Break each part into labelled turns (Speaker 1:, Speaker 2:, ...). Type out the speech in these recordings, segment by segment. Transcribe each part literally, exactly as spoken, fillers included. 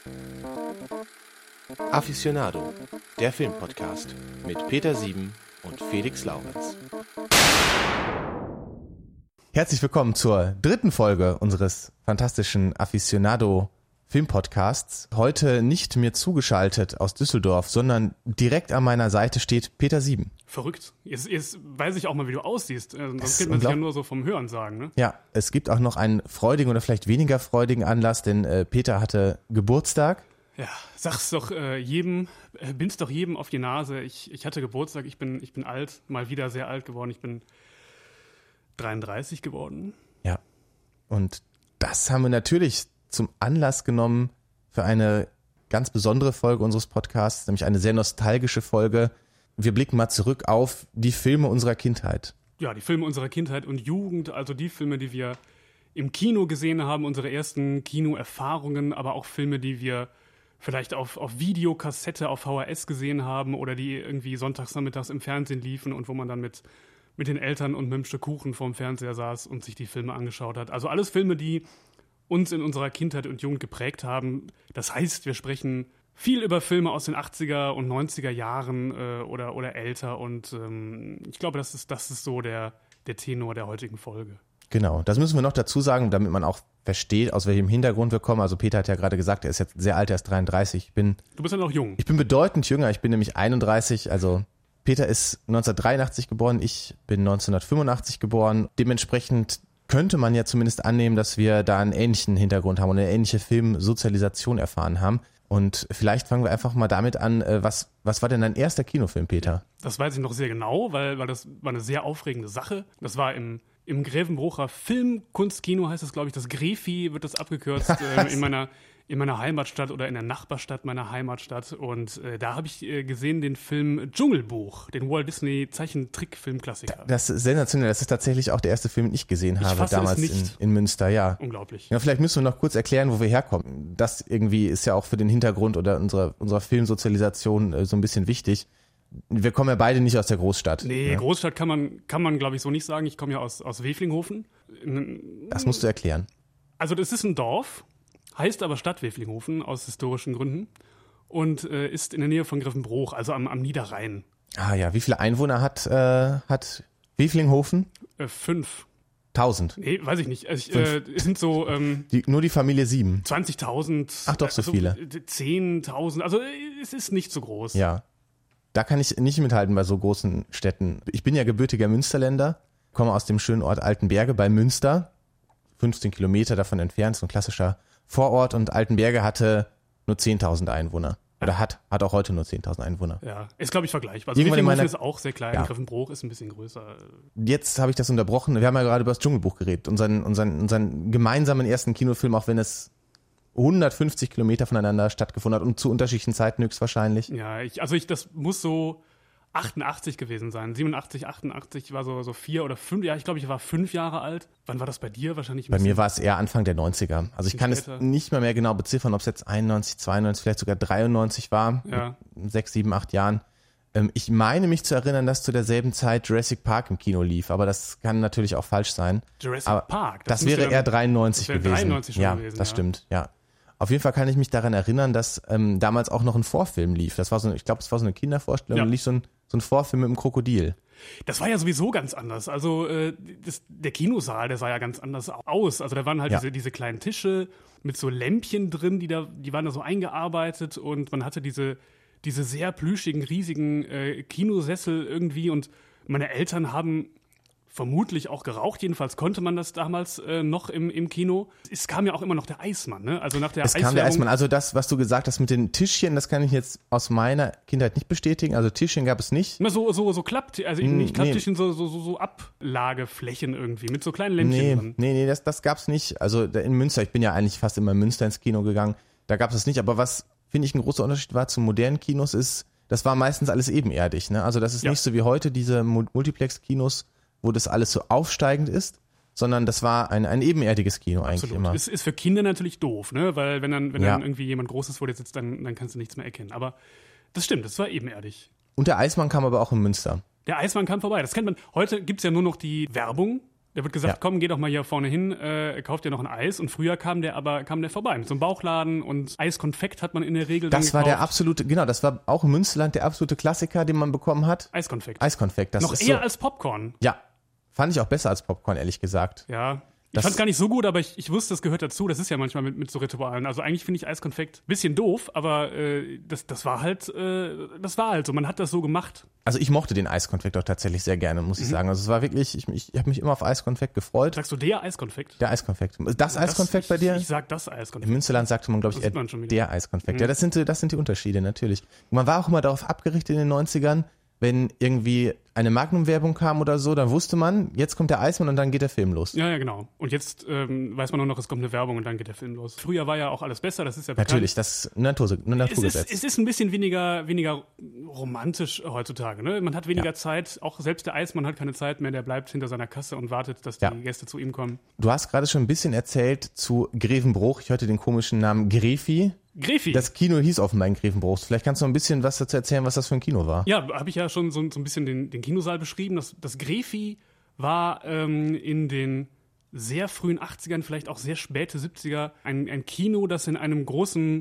Speaker 1: Aficionado, der Filmpodcast mit Peter Sieben und Felix Laurenz.
Speaker 2: Herzlich willkommen zur dritten Folge unseres fantastischen Aficionado Filmpodcasts. Heute nicht mir zugeschaltet aus Düsseldorf, sondern direkt an meiner Seite steht Peter Sieben.
Speaker 3: Verrückt. Jetzt, jetzt weiß ich auch mal, wie du aussiehst. Sonst kennt man sich ja nur so vom Hören sagen, ne?
Speaker 2: Ja, es gibt auch noch einen freudigen oder vielleicht weniger freudigen Anlass, denn äh, Peter hatte Geburtstag.
Speaker 3: Ja, sag's doch äh, jedem, äh, bind's doch jedem auf die Nase. Ich, ich hatte Geburtstag, ich bin, ich bin alt, mal wieder sehr alt geworden. Ich bin dreiunddreißig geworden.
Speaker 2: Ja, und das haben wir natürlich zum Anlass genommen für eine ganz besondere Folge unseres Podcasts, nämlich eine sehr nostalgische Folge. Wir blicken mal zurück auf die Filme unserer Kindheit.
Speaker 3: Ja, die Filme unserer Kindheit und Jugend, also die Filme, die wir im Kino gesehen haben, unsere ersten Kinoerfahrungen, aber auch Filme, die wir vielleicht auf, auf Videokassette, auf V H S gesehen haben oder die irgendwie sonntags nachmittags im Fernsehen liefen und wo man dann mit, mit den Eltern und mit einem Stück Kuchen vorm Fernseher saß und sich die Filme angeschaut hat. Also alles Filme, die uns in unserer Kindheit und Jugend geprägt haben. Das heißt, wir sprechen viel über Filme aus den achtziger und neunziger Jahren äh, oder, oder älter und ähm, ich glaube, das ist, das ist so der, der Tenor der heutigen Folge.
Speaker 2: Genau, das müssen wir noch dazu sagen, damit man auch versteht, aus welchem Hintergrund wir kommen. Also Peter hat ja gerade gesagt, er ist jetzt sehr alt, er ist dreiunddreißig. Ich bin,
Speaker 3: du bist ja noch jung.
Speaker 2: Ich bin bedeutend jünger, ich bin nämlich einunddreißig. Also Peter ist neunzehnhundertdreiundachtzig geboren, ich bin neunzehnhundertfünfundachtzig geboren. Dementsprechend könnte man ja zumindest annehmen, dass wir da einen ähnlichen Hintergrund haben und eine ähnliche Filmsozialisation erfahren haben. Und vielleicht fangen wir einfach mal damit an, was, was war denn dein erster Kinofilm, Peter?
Speaker 3: Das weiß ich noch sehr genau, weil, weil das war eine sehr aufregende Sache. Das war im Im Grevenbrocher Filmkunstkino heißt es, glaube ich, das Grefi wird das abgekürzt, äh, in meiner in meiner Heimatstadt oder in der Nachbarstadt meiner Heimatstadt. Und äh, da habe ich äh, gesehen den Film Dschungelbuch, den Walt Disney Zeichentrickfilmklassiker.
Speaker 2: Das ist sensationell. Das ist tatsächlich auch der erste Film, den ich gesehen habe,
Speaker 3: ich
Speaker 2: damals in, in Münster. Ja.
Speaker 3: Unglaublich.
Speaker 2: Ja, vielleicht müssen wir noch kurz erklären, wo wir herkommen. Das irgendwie ist ja auch für den Hintergrund oder unserer, unserer Filmsozialisation äh, so ein bisschen wichtig. Wir kommen ja beide nicht aus der Großstadt.
Speaker 3: Nee,
Speaker 2: ja.
Speaker 3: Großstadt kann man, kann man glaube ich, so nicht sagen. Ich komme ja aus, aus Weflinghofen.
Speaker 2: Das musst du erklären.
Speaker 3: Also das ist ein Dorf, heißt aber Stadt Weflinghofen aus historischen Gründen und äh, ist in der Nähe von Grevenbroich, also am, am Niederrhein.
Speaker 2: Ah ja, wie viele Einwohner hat, äh, hat Weflinghofen?
Speaker 3: Äh, fünf.
Speaker 2: Tausend?
Speaker 3: Nee, weiß ich nicht. Also ich, äh, es sind so ähm,
Speaker 2: die, nur die Familie Sieben?
Speaker 3: zwanzigtausend.
Speaker 2: Ach doch, so
Speaker 3: also,
Speaker 2: viele.
Speaker 3: zehntausend, also es ist nicht so groß.
Speaker 2: Ja. Da kann ich nicht mithalten bei so großen Städten. Ich bin ja gebürtiger Münsterländer, komme aus dem schönen Ort Altenberge bei Münster, fünfzehn Kilometer davon entfernt, so ein klassischer Vorort. Und Altenberge hatte nur zehntausend Einwohner. Oder hat, hat auch heute nur zehntausend Einwohner.
Speaker 3: Ja, ist glaube ich vergleichbar. Also
Speaker 2: Irgendwann
Speaker 3: Weflinghofen
Speaker 2: meiner,
Speaker 3: ist auch sehr klein,
Speaker 2: ja.
Speaker 3: Grevenbroich ist ein bisschen größer.
Speaker 2: Jetzt habe ich das unterbrochen. Wir haben ja gerade über das Dschungelbuch geredet, unseren, unseren, unseren gemeinsamen ersten Kinofilm, auch wenn es hundertfünfzig Kilometer voneinander stattgefunden hat und zu unterschiedlichen Zeiten höchstwahrscheinlich.
Speaker 3: Ja, ich, also ich, das muss so achtundachtzig gewesen sein. siebenundachtzig, achtundachtzig war so, so vier oder fünf, ja, ich glaube, ich war fünf Jahre alt. Wann war das bei dir? Wahrscheinlich ein
Speaker 2: Bei mir war es eher Anfang der neunziger. Also ich kann später. Es nicht mehr, mehr genau beziffern, ob es jetzt einundneunzig, zweiundneunzig, vielleicht sogar dreiundneunzig war,
Speaker 3: ja.
Speaker 2: mit sechs, sieben, acht Jahren. Ich meine mich zu erinnern, dass zu derselben Zeit Jurassic Park im Kino lief, aber das kann natürlich auch falsch sein.
Speaker 3: Jurassic
Speaker 2: aber
Speaker 3: Park?
Speaker 2: Das, das wäre
Speaker 3: ja,
Speaker 2: eher dreiundneunzig
Speaker 3: das wäre
Speaker 2: gewesen.
Speaker 3: dreiundneunzig schon
Speaker 2: ja,
Speaker 3: gewesen.
Speaker 2: Das
Speaker 3: ja,
Speaker 2: stimmt, ja. Auf jeden Fall kann ich mich daran erinnern, dass ähm, damals auch noch ein Vorfilm lief. Das war so, ich glaube, es war so eine Kindervorstellung,
Speaker 3: ja.
Speaker 2: da lief so ein, so ein Vorfilm mit einem Krokodil.
Speaker 3: Das war ja sowieso ganz anders. Also äh, das, der Kinosaal, der sah ja ganz anders aus. Also da waren halt
Speaker 2: ja.
Speaker 3: diese, diese kleinen Tische mit so Lämpchen drin, die da, die waren da so eingearbeitet und man hatte diese, diese sehr plüschigen, riesigen äh, Kinosessel irgendwie und meine Eltern haben vermutlich auch geraucht, jedenfalls konnte man das damals äh, noch im, im Kino. Es kam ja auch immer noch der Eismann, ne? Also nach der
Speaker 2: Es kam der Eismann, also das, was du gesagt hast mit den Tischchen, das kann ich jetzt aus meiner Kindheit nicht bestätigen, also Tischchen gab es nicht.
Speaker 3: Immer so, so, so Klapp, also
Speaker 2: N-
Speaker 3: nicht Klapptischchen,
Speaker 2: nee.
Speaker 3: so, so, so, so Ablageflächen irgendwie, mit so kleinen Lämpchen
Speaker 2: nee,
Speaker 3: drin.
Speaker 2: Nee, nee, das, das gab's nicht, also in Münster, ich bin ja eigentlich fast immer in Münster ins Kino gegangen, da gab's das nicht, aber was, finde ich, ein großer Unterschied war zu modernen Kinos ist, das war meistens alles ebenerdig, ne? Also das ist
Speaker 3: ja.
Speaker 2: nicht so wie heute diese Multiplex-Kinos, wo das alles so aufsteigend ist, sondern das war ein, ein ebenerdiges Kino eigentlich
Speaker 3: Absolut.
Speaker 2: immer.
Speaker 3: Ist, ist für Kinder natürlich doof, ne? Weil wenn dann, wenn
Speaker 2: ja.
Speaker 3: dann irgendwie jemand Großes vor dir sitzt, dann, dann kannst du nichts mehr erkennen. Aber das stimmt, das war ebenerdig.
Speaker 2: Und der Eismann kam aber auch in Münster.
Speaker 3: Der Eismann kam vorbei, das kennt man. Heute gibt's ja nur noch die Werbung Der wird gesagt,
Speaker 2: Ja.
Speaker 3: komm, geh doch mal hier vorne hin, äh, kauf dir noch ein Eis. Und früher kam der aber kam der vorbei mit so einem Bauchladen und Eiskonfekt hat man in der Regel dann
Speaker 2: Das war der
Speaker 3: gekauft.
Speaker 2: absolute, genau, das war auch im Münsterland der absolute Klassiker, den man bekommen hat.
Speaker 3: Eiskonfekt.
Speaker 2: Eiskonfekt. Das
Speaker 3: Noch
Speaker 2: ist
Speaker 3: eher
Speaker 2: so,
Speaker 3: als Popcorn.
Speaker 2: ja, fand ich auch besser als Popcorn, ehrlich gesagt.
Speaker 3: Ja. Ich
Speaker 2: Das-
Speaker 3: fand's gar nicht so gut, aber ich, ich wusste, das gehört dazu. Das ist ja manchmal mit, mit so Ritualen. Also eigentlich finde ich Eiskonfekt ein bisschen doof, aber äh, das, das war halt, äh, das war halt so. Man hat das so gemacht.
Speaker 2: Also ich mochte den Eiskonfekt auch tatsächlich sehr gerne, muss
Speaker 3: Mhm.
Speaker 2: ich sagen. Also es war wirklich, ich, ich, ich habe mich immer auf Eiskonfekt gefreut.
Speaker 3: Sagst du der Eiskonfekt?
Speaker 2: Der Eiskonfekt. Das Eiskonfekt
Speaker 3: das,
Speaker 2: bei dir?
Speaker 3: Ich, ich sag das
Speaker 2: Im
Speaker 3: Eiskonfekt.
Speaker 2: Münsterland sagte man, glaube ich,
Speaker 3: Das
Speaker 2: eher
Speaker 3: sieht man schon wieder.
Speaker 2: der Eiskonfekt. Ja, das sind, das sind die Unterschiede, natürlich. Man war auch immer darauf abgerichtet in den neunzigern, wenn irgendwie eine Magnum-Werbung kam oder so, dann wusste man, jetzt kommt der Eismann und dann geht der Film los.
Speaker 3: Ja, ja, genau. Und jetzt ähm, weiß man nur noch, es kommt eine Werbung und dann geht der Film los. Früher war ja auch alles besser, das ist ja bekannt.
Speaker 2: Natürlich, das ist ein Natur, ein
Speaker 3: Es ist,
Speaker 2: Naturgesetz.
Speaker 3: es ist ein bisschen weniger, weniger romantisch heutzutage. Ne? Man hat weniger
Speaker 2: Ja.
Speaker 3: Zeit, auch selbst der Eismann hat keine Zeit mehr, der bleibt hinter seiner Kasse und wartet, dass die
Speaker 2: Ja.
Speaker 3: Gäste zu ihm kommen.
Speaker 2: Du hast gerade schon ein bisschen erzählt zu Grevenbruch. Ich hörte den komischen Namen Grefi.
Speaker 3: Grefi.
Speaker 2: Das Kino hieß offenbar in Grevenbruch. Vielleicht kannst du noch ein bisschen was dazu erzählen, was das für ein Kino war.
Speaker 3: Ja, habe ich ja schon so, so ein bisschen den, den Kinosaal beschrieben. Das, das Grefi war ähm, in den sehr frühen achtzigern, vielleicht auch sehr späte siebziger, ein, ein Kino, das in einem großen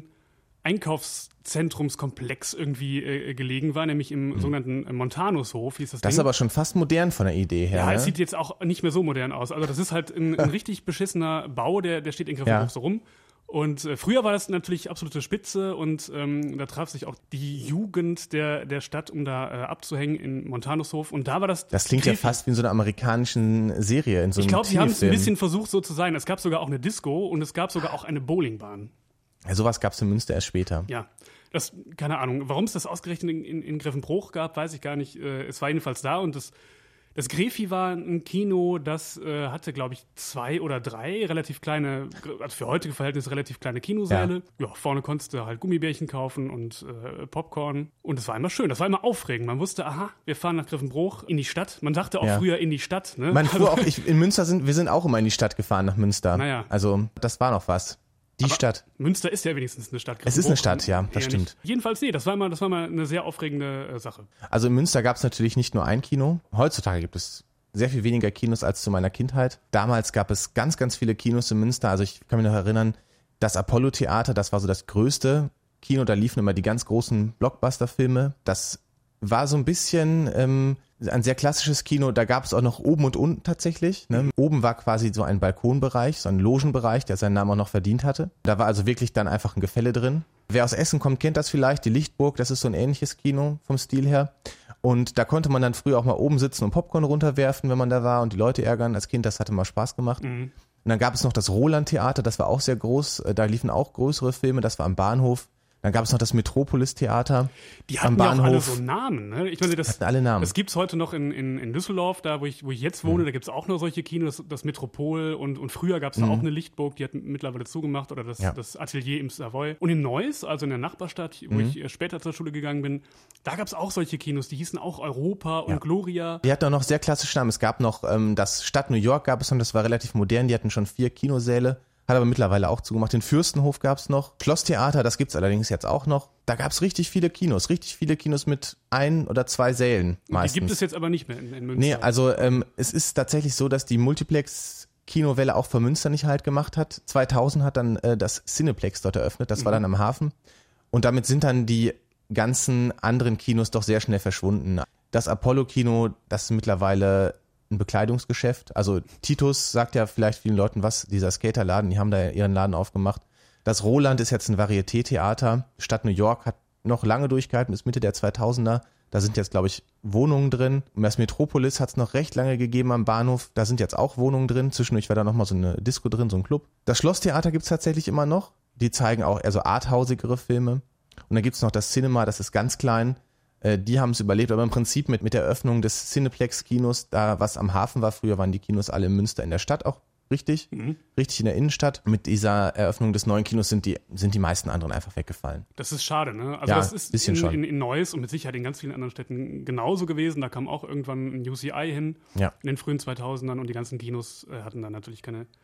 Speaker 3: Einkaufszentrumskomplex irgendwie äh, gelegen war, nämlich im sogenannten Montanushof, hieß das
Speaker 2: Das ist
Speaker 3: Ding.
Speaker 2: aber schon fast modern von der Idee her.
Speaker 3: Ja,
Speaker 2: ne?
Speaker 3: es sieht jetzt auch nicht mehr so modern aus. Also das ist halt ein, ein richtig beschissener Bau, der, der steht in Grevenbruch
Speaker 2: Ja.
Speaker 3: so rum. Und äh, früher war das natürlich absolute Spitze und ähm, da traf sich auch die Jugend der, der Stadt, um da äh, abzuhängen in Montanushof. Und da war das.
Speaker 2: Das klingt ja
Speaker 3: Grefi.
Speaker 2: fast wie in so einer amerikanischen Serie, in so einem
Speaker 3: Ich glaube, sie haben es ein
Speaker 2: Teenie-Film.
Speaker 3: bisschen versucht, so zu sein. Es gab sogar auch eine Disco und es gab sogar auch eine Bowlingbahn.
Speaker 2: Ja, sowas gab es in Münster erst später.
Speaker 3: Ja, das, keine Ahnung. Warum es das ausgerechnet in, in, in Grevenbruch gab, weiß ich gar nicht. Äh, es war jedenfalls da und das, das Grefi war ein Kino, das äh, hatte, glaube ich, zwei oder drei relativ kleine, also für heutige Verhältnisse relativ kleine Kinosäle. Ja, vorne konntest du halt Gummibärchen kaufen und äh, Popcorn. Und es war immer schön, das war immer aufregend. Man wusste, aha, wir fahren nach Grevenbruch in die Stadt. Man sagte auch
Speaker 2: Ja.
Speaker 3: früher in die Stadt. Ne?
Speaker 2: Man fuhr auch, ich, in Münster sind, wir sind auch immer in die Stadt gefahren, nach Münster.
Speaker 3: Naja.
Speaker 2: Also, das war noch was. Die
Speaker 3: Aber
Speaker 2: Stadt.
Speaker 3: Münster ist ja wenigstens eine Stadt.
Speaker 2: Es ist eine
Speaker 3: Grevenbruch
Speaker 2: Stadt, ja,
Speaker 3: eher
Speaker 2: das stimmt.
Speaker 3: nicht. Jedenfalls, nee, das war mal, das war mal eine sehr aufregende äh, Sache.
Speaker 2: Also in Münster gab es natürlich nicht nur ein Kino. Heutzutage gibt es sehr viel weniger Kinos als zu meiner Kindheit. Damals gab es ganz, ganz viele Kinos in Münster. Also ich kann mich noch erinnern, das Apollo-Theater, das war so das größte Kino. Da liefen immer die ganz großen Blockbuster-Filme. Das war so ein bisschen ähm, ein sehr klassisches Kino. Da gab es auch noch oben und unten tatsächlich. Ne? Oben war quasi so ein Balkonbereich, so ein Logenbereich, der seinen Namen auch noch verdient hatte. Da war also wirklich dann einfach ein Gefälle drin. Wer aus Essen kommt, kennt das vielleicht. Die Lichtburg, das ist so ein ähnliches Kino vom Stil her. Und da konnte man dann früher auch mal oben sitzen und Popcorn runterwerfen, wenn man da war und die Leute ärgern. Als Kind, das hatte mal Spaß gemacht.
Speaker 3: Mhm.
Speaker 2: Und dann gab es noch das Roland-Theater, das war auch sehr groß. Da liefen auch größere Filme, das war am Bahnhof. Dann gab es noch das Metropolis-Theater
Speaker 3: Die
Speaker 2: am
Speaker 3: hatten ja auch alle
Speaker 2: Bahnhof.
Speaker 3: so Namen. Ne? Ich meine, das,
Speaker 2: Hatten alle Namen.
Speaker 3: das gibt es heute noch in, in, in Düsseldorf, da wo ich, wo ich jetzt wohne, da gibt es auch noch solche Kinos, das Metropol und, und früher gab es da auch eine Lichtburg, die hat mittlerweile zugemacht oder das,
Speaker 2: Ja.
Speaker 3: das Atelier im Savoy. Und in Neuss, also in der Nachbarstadt, wo ich äh, später zur Schule gegangen bin, da gab es auch solche Kinos, die hießen auch Europa und
Speaker 2: Ja.
Speaker 3: Gloria.
Speaker 2: Die hatten auch noch sehr klassische Namen. Es gab noch ähm, das Stadt New York gab es noch, das war relativ modern, die hatten schon vier Kinosäle, hat aber mittlerweile auch zugemacht. Den Fürstenhof gab es noch. Schlosstheater, das gibt's allerdings jetzt auch noch. Da gab es richtig viele Kinos, richtig viele Kinos mit ein oder zwei Sälen meistens.
Speaker 3: Die gibt es jetzt aber nicht mehr in, in Münster.
Speaker 2: Nee, also ähm, es ist tatsächlich so, dass die Multiplex-Kinowelle auch für Münster nicht halt gemacht hat. zweitausend hat dann äh, das Cineplex dort eröffnet, das war dann am Hafen. Und damit sind dann die ganzen anderen Kinos doch sehr schnell verschwunden. Das Apollo-Kino, das ist mittlerweile ein Bekleidungsgeschäft. Also Titus sagt ja vielleicht vielen Leuten was, dieser Skaterladen, die haben da ihren Laden aufgemacht. Das Roland ist jetzt ein Varieté-Theater. Stadt New York hat noch lange durchgehalten, bis Mitte der zweitausender. Da sind jetzt, glaube ich, Wohnungen drin. Und das Metropolis hat es noch recht lange gegeben am Bahnhof. Da sind jetzt auch Wohnungen drin. Zwischendurch war da nochmal so eine Disco drin, so ein Club. Das Schlosstheater gibt es tatsächlich immer noch. Die zeigen auch eher so arthausigere Filme. Und dann gibt es noch das Cinema, das ist ganz klein. Äh, die haben es überlebt, aber im Prinzip mit, mit der Eröffnung des Cineplex-Kinos, da was am Hafen war, früher waren die Kinos alle in Münster in der Stadt auch richtig,
Speaker 3: Mhm.
Speaker 2: richtig in der Innenstadt. Mit dieser Eröffnung des neuen Kinos sind die, sind die meisten anderen einfach weggefallen.
Speaker 3: Das ist schade, ne? Also
Speaker 2: Ja,
Speaker 3: das ist
Speaker 2: bisschen
Speaker 3: in,
Speaker 2: schon.
Speaker 3: in, in Neuss und mit Sicherheit in ganz vielen anderen Städten genauso gewesen. Da kam auch irgendwann ein U C I hin
Speaker 2: Ja.
Speaker 3: in den frühen zweitausendern und die ganzen Kinos äh, hatten dann natürlich keine,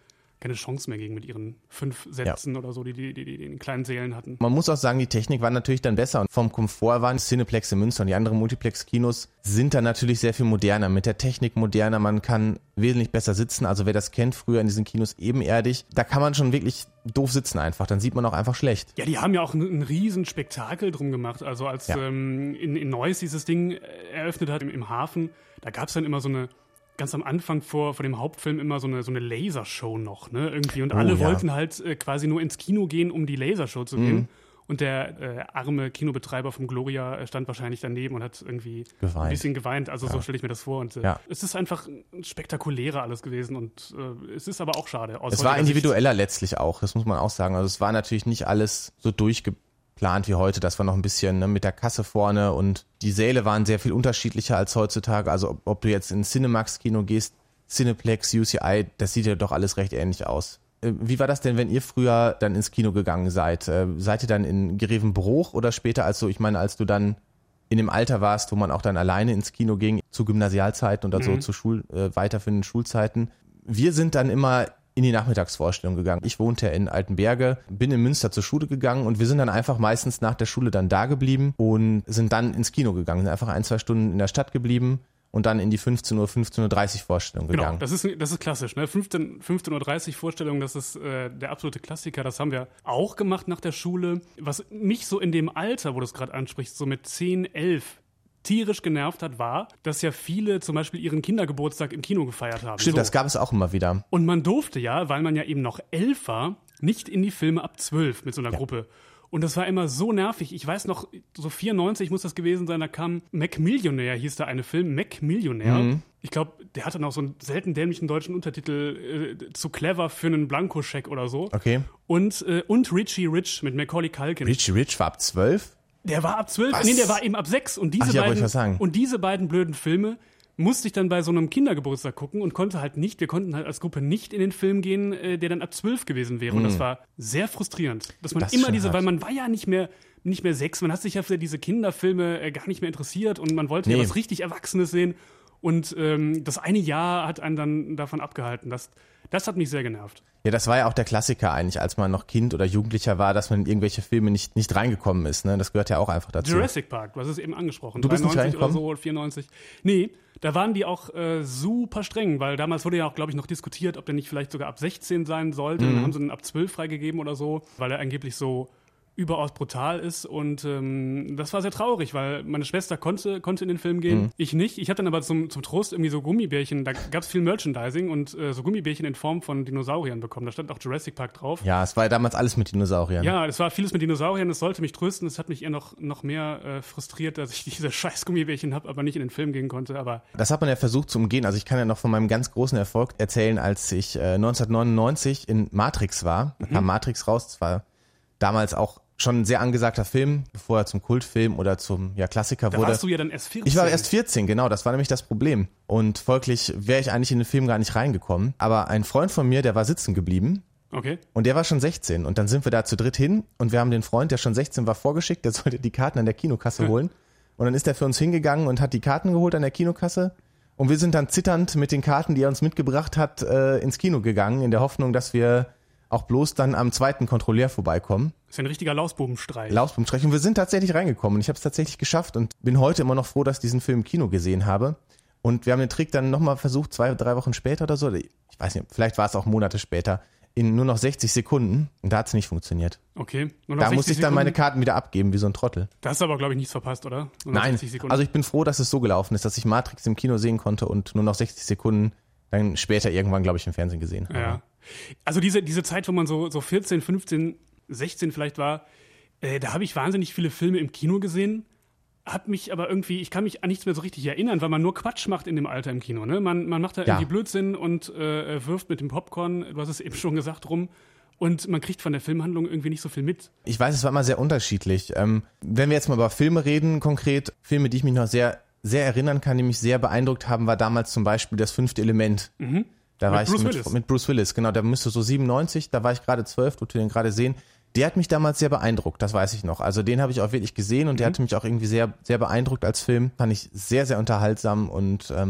Speaker 3: keine Chance mehr gegen mit ihren fünf Sätzen ja. oder so, die die, die die die in kleinen Sälen hatten.
Speaker 2: Man muss auch sagen, die Technik war natürlich dann besser und vom Komfort waren Cineplex in Münster und die anderen Multiplex-Kinos sind dann natürlich sehr viel moderner, mit der Technik moderner, man kann wesentlich besser sitzen, also wer das kennt, früher in diesen Kinos ebenerdig, da kann man schon wirklich doof sitzen einfach, dann sieht man auch einfach schlecht.
Speaker 3: Ja, die haben ja auch ein, ein riesen Spektakel drum gemacht, also als ja. ähm, in, in Neuss dieses Ding eröffnet hat im, im Hafen, da gab es dann immer so eine ganz am Anfang vor, vor dem Hauptfilm immer so eine, so eine Lasershow noch, ne, irgendwie. Und alle oh, ja. wollten halt äh, quasi nur ins Kino gehen, um die Lasershow zu gehen. Mhm. Und der äh, arme Kinobetreiber vom Gloria stand wahrscheinlich daneben und hat irgendwie geweint. ein bisschen geweint. Also ja. so stelle ich mir das vor. Und äh, ja. es ist einfach spektakulärer alles gewesen. Und äh, es ist aber auch schade.
Speaker 2: Es war individueller Sicht. Letztlich auch, das muss man auch sagen. Also es war natürlich nicht alles so durchgeplant wie heute, das war noch ein bisschen ne, mit der Kasse vorne und die Säle waren sehr viel unterschiedlicher als heutzutage, also ob, ob du jetzt in Cinemax-Kino gehst, Cineplex, U C I, das sieht ja doch alles recht ähnlich aus. Wie war das denn, wenn ihr früher dann ins Kino gegangen seid? Seid ihr dann in Grevenbroich oder später, als du, ich meine, als du dann in dem Alter warst, wo man auch dann alleine ins Kino ging, zu Gymnasialzeiten oder mhm. so, zu Schul, äh, weiterführenden Schulzeiten? Wir sind dann immer in die Nachmittagsvorstellung gegangen. Ich wohnte in Altenberge, bin in Münster zur Schule gegangen und wir sind dann einfach meistens nach der Schule dann da geblieben und sind dann ins Kino gegangen, sind einfach ein, zwei Stunden in der Stadt geblieben und dann in die fünfzehn Uhr, fünfzehn Uhr dreißig Vorstellung gegangen.
Speaker 3: Genau, das ist, das ist klassisch, ne? fünfzehn, fünfzehn Uhr dreißig Vorstellung, das ist äh, der absolute Klassiker, das haben wir auch gemacht nach der Schule. Was mich so in dem Alter, wo du es gerade ansprichst, so mit zehn, elf, tierisch genervt hat, war, dass ja viele zum Beispiel ihren Kindergeburtstag im Kino gefeiert haben.
Speaker 2: Stimmt,
Speaker 3: so.
Speaker 2: Das gab es auch immer wieder.
Speaker 3: Und man durfte ja, weil man ja eben noch elf war, nicht in die Filme ab zwölf mit so einer ja. Gruppe. Und das war immer so nervig. Ich weiß noch, so vierundneunzig muss das gewesen sein, da kam Mac Millionär, hieß da eine Film, Mac Millionär. Mhm. Ich glaube, der hatte noch so einen selten dämlichen deutschen Untertitel, äh, zu clever für einen Blankoscheck oder so.
Speaker 2: Okay.
Speaker 3: Und, äh, und Richie Rich mit Macaulay Culkin.
Speaker 2: Richie Rich war ab zwölf?
Speaker 3: Der war ab zwölf, nee, der war eben ab sechs. Und diese,
Speaker 2: Ach, ja,
Speaker 3: beiden,
Speaker 2: wollte ich was sagen.
Speaker 3: und diese beiden blöden Filme musste ich dann bei so einem Kindergeburtstag gucken und konnte halt nicht, wir konnten halt als Gruppe nicht in den Film gehen, äh, der dann ab zwölf gewesen wäre. Mm. Und das war sehr frustrierend. Dass man das immer diese, hart. Weil man war ja nicht mehr, nicht mehr sechs, man hat sich ja für diese Kinderfilme äh, gar nicht mehr interessiert und man wollte nee. ja was richtig Erwachsenes sehen. Und ähm, das eine Jahr hat einen dann davon abgehalten. Das, das hat mich sehr genervt.
Speaker 2: Ja, das war ja auch der Klassiker eigentlich, als man noch Kind oder Jugendlicher war, dass man in irgendwelche Filme nicht, nicht reingekommen ist. Ne? Das gehört ja auch einfach dazu.
Speaker 3: Jurassic Park, du hast es eben angesprochen.
Speaker 2: Du bist nicht reingekommen?
Speaker 3: Oder so, vierundneunzig. Nee, da waren die auch äh, super streng, weil damals wurde ja auch, glaube ich, noch diskutiert, ob der nicht vielleicht sogar ab sechzehn sein sollte. Mhm. Dann haben sie ihn ab zwölf freigegeben oder so, weil er angeblich so überaus brutal ist und ähm, das war sehr traurig, weil meine Schwester konnte, konnte in den Film gehen, mhm. ich nicht. Ich hatte dann aber zum, zum Trost irgendwie so Gummibärchen, da gab es viel Merchandising und äh, so Gummibärchen in Form von Dinosauriern bekommen. Da stand auch Jurassic Park drauf.
Speaker 2: Ja, es war ja damals alles mit Dinosauriern.
Speaker 3: Ja, es war vieles mit Dinosauriern, es sollte mich trösten, es hat mich eher noch, noch mehr äh, frustriert, dass ich diese scheiß Gummibärchen habe, aber nicht in den Film gehen konnte. Aber
Speaker 2: das hat man ja versucht zu umgehen. Also ich kann ja noch von meinem ganz großen Erfolg erzählen, als ich äh, neunzehnhundertneunundneunzig in Matrix war. Da mhm. kam Matrix raus, das war damals auch schon ein sehr angesagter Film, bevor er zum Kultfilm oder zum ja, Klassiker
Speaker 3: da
Speaker 2: wurde.
Speaker 3: Da warst du ja dann erst vierzehn.
Speaker 2: Ich war erst vierzehn, genau, das war nämlich das Problem. Und folglich wäre ich eigentlich in den Film gar nicht reingekommen. Aber ein Freund von mir, der war sitzen geblieben.
Speaker 3: Okay.
Speaker 2: Und der war schon sechzehn. Und dann sind wir da zu dritt hin und wir haben den Freund, der schon sechzehn war, vorgeschickt, der sollte die Karten an der Kinokasse holen. Und dann ist er für uns hingegangen und hat die Karten geholt an der Kinokasse. Und wir sind dann zitternd mit den Karten, die er uns mitgebracht hat, äh, ins Kino gegangen, in der Hoffnung, dass wir auch bloß dann am zweiten Kontrolleur vorbeikommen.
Speaker 3: Das ist ein richtiger Lausbubenstreich.
Speaker 2: Lausbubenstreich. Und wir sind tatsächlich reingekommen. Und ich habe es tatsächlich geschafft und bin heute immer noch froh, dass ich diesen Film im Kino gesehen habe. Und wir haben den Trick dann nochmal versucht, zwei, drei Wochen später oder so. Ich weiß nicht, vielleicht war es auch Monate später. In nur noch sechzig Sekunden. Und da hat es nicht funktioniert.
Speaker 3: Okay.
Speaker 2: Nur noch da musste ich dann Sekunden? meine Karten wieder abgeben, wie so ein Trottel.
Speaker 3: Da hast du aber, glaube ich, nichts verpasst, oder?
Speaker 2: Nur Nein. Also ich bin froh, dass es so gelaufen ist, dass ich Matrix im Kino sehen konnte und nur noch sechzig Sekunden dann später irgendwann, glaube ich, im Fernsehen gesehen habe.
Speaker 3: Ja. Also diese, diese Zeit, wo man so, so vierzehn, fünfzehn, sechzehn vielleicht war, äh, da habe ich wahnsinnig viele Filme im Kino gesehen, hab mich aber irgendwie, ich kann mich an nichts mehr so richtig erinnern, weil man nur Quatsch macht in dem Alter im Kino. Ne? Man, man macht da ja. irgendwie Blödsinn und äh, wirft mit dem Popcorn, du hast es eben schon gesagt, rum. Und man kriegt von der Filmhandlung irgendwie nicht so viel mit.
Speaker 2: Ich weiß, es war immer sehr unterschiedlich. Ähm, wenn wir jetzt mal über Filme reden, konkret, Filme, die ich mich noch sehr, sehr erinnern kann, die mich sehr beeindruckt haben, war damals zum Beispiel Das fünfte Element. Mhm. Da mit war Bruce ich mit, Willis. mit Bruce Willis, genau, der müsste so siebenundneunzig, da war ich gerade zwölf, durfte den gerade sehen. Der hat mich damals sehr beeindruckt, das weiß ich noch. Also den habe ich auch wirklich gesehen und mhm. der hatte mich auch irgendwie sehr, sehr beeindruckt als Film. Fand ich sehr, sehr unterhaltsam und ähm,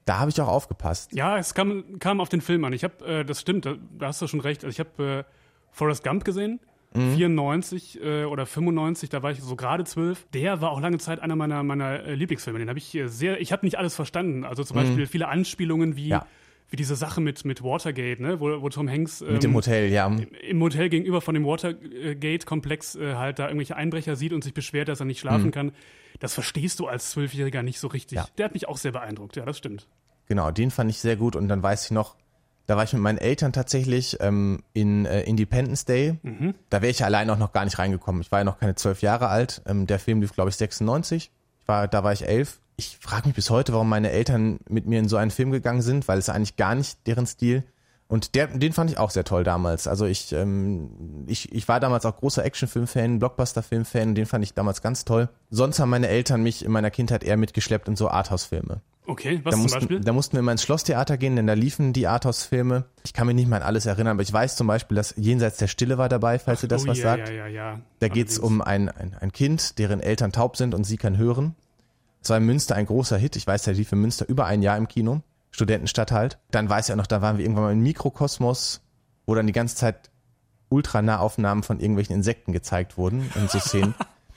Speaker 2: Da habe ich auch aufgepasst.
Speaker 3: Ja, es kam, kam auf den Film an. Ich habe, äh, das stimmt, da, da hast du schon recht. Also ich habe äh, Forrest Gump gesehen, mhm. vierundneunzig äh, oder fünfundneunzig, da war ich so gerade zwölf. Der war auch lange Zeit einer meiner, meiner äh, Lieblingsfilme. Den habe ich äh, sehr, ich habe nicht alles verstanden. Also zum mhm. Beispiel viele Anspielungen wie, ja. wie diese Sache mit, mit Watergate, ne? wo, wo Tom Hanks ähm,
Speaker 2: mit dem Hotel, ja.
Speaker 3: Im, im Hotel gegenüber von dem Watergate-Komplex äh, halt da irgendwelche Einbrecher sieht und sich beschwert, dass er nicht schlafen mhm. kann. Das verstehst du als Zwölfjähriger nicht so richtig. Ja. Der hat mich auch sehr beeindruckt, ja, das stimmt. Genau,
Speaker 2: den fand ich sehr gut und dann weiß ich noch, da war ich mit meinen Eltern tatsächlich ähm, in äh, Independence Day. Mhm. Da wäre ich ja allein auch noch gar nicht reingekommen. Ich war ja noch keine zwölf Jahre alt. Ähm, der Film lief, glaube ich, sechsundneunzig. Ich war, da war ich elf. Ich frage mich bis heute, warum meine Eltern mit mir in so einen Film gegangen sind, weil es eigentlich gar nicht deren Stil. Und der, den fand ich auch sehr toll damals. Also ich, ähm, ich, ich war damals auch großer Actionfilm-Fan, Blockbuster-Film-Fan, den fand ich damals ganz toll. Sonst haben meine Eltern mich in meiner Kindheit eher mitgeschleppt in so Arthouse-Filme.
Speaker 3: Okay, was
Speaker 2: da
Speaker 3: zum
Speaker 2: mussten,
Speaker 3: Beispiel?
Speaker 2: Da mussten wir immer ins Schlosstheater gehen, denn da liefen die Arthouse-Filme. Ich kann mich nicht mal an alles erinnern, aber ich weiß zum Beispiel, dass Jenseits der Stille war dabei, falls ihr das
Speaker 3: oh,
Speaker 2: was
Speaker 3: ja,
Speaker 2: sagt.
Speaker 3: Ja, ja, ja.
Speaker 2: Da geht es um ein, ein, ein Kind, deren Eltern taub sind und sie kann hören. Es war in Münster ein großer Hit. Ich weiß, der lief in Münster über ein Jahr im Kino. Studentenstadt halt. Dann weiß ich auch noch, da waren wir irgendwann mal im Mikrokosmos, wo dann die ganze Zeit Ultranahaufnahmen von irgendwelchen Insekten gezeigt wurden und so Szenen.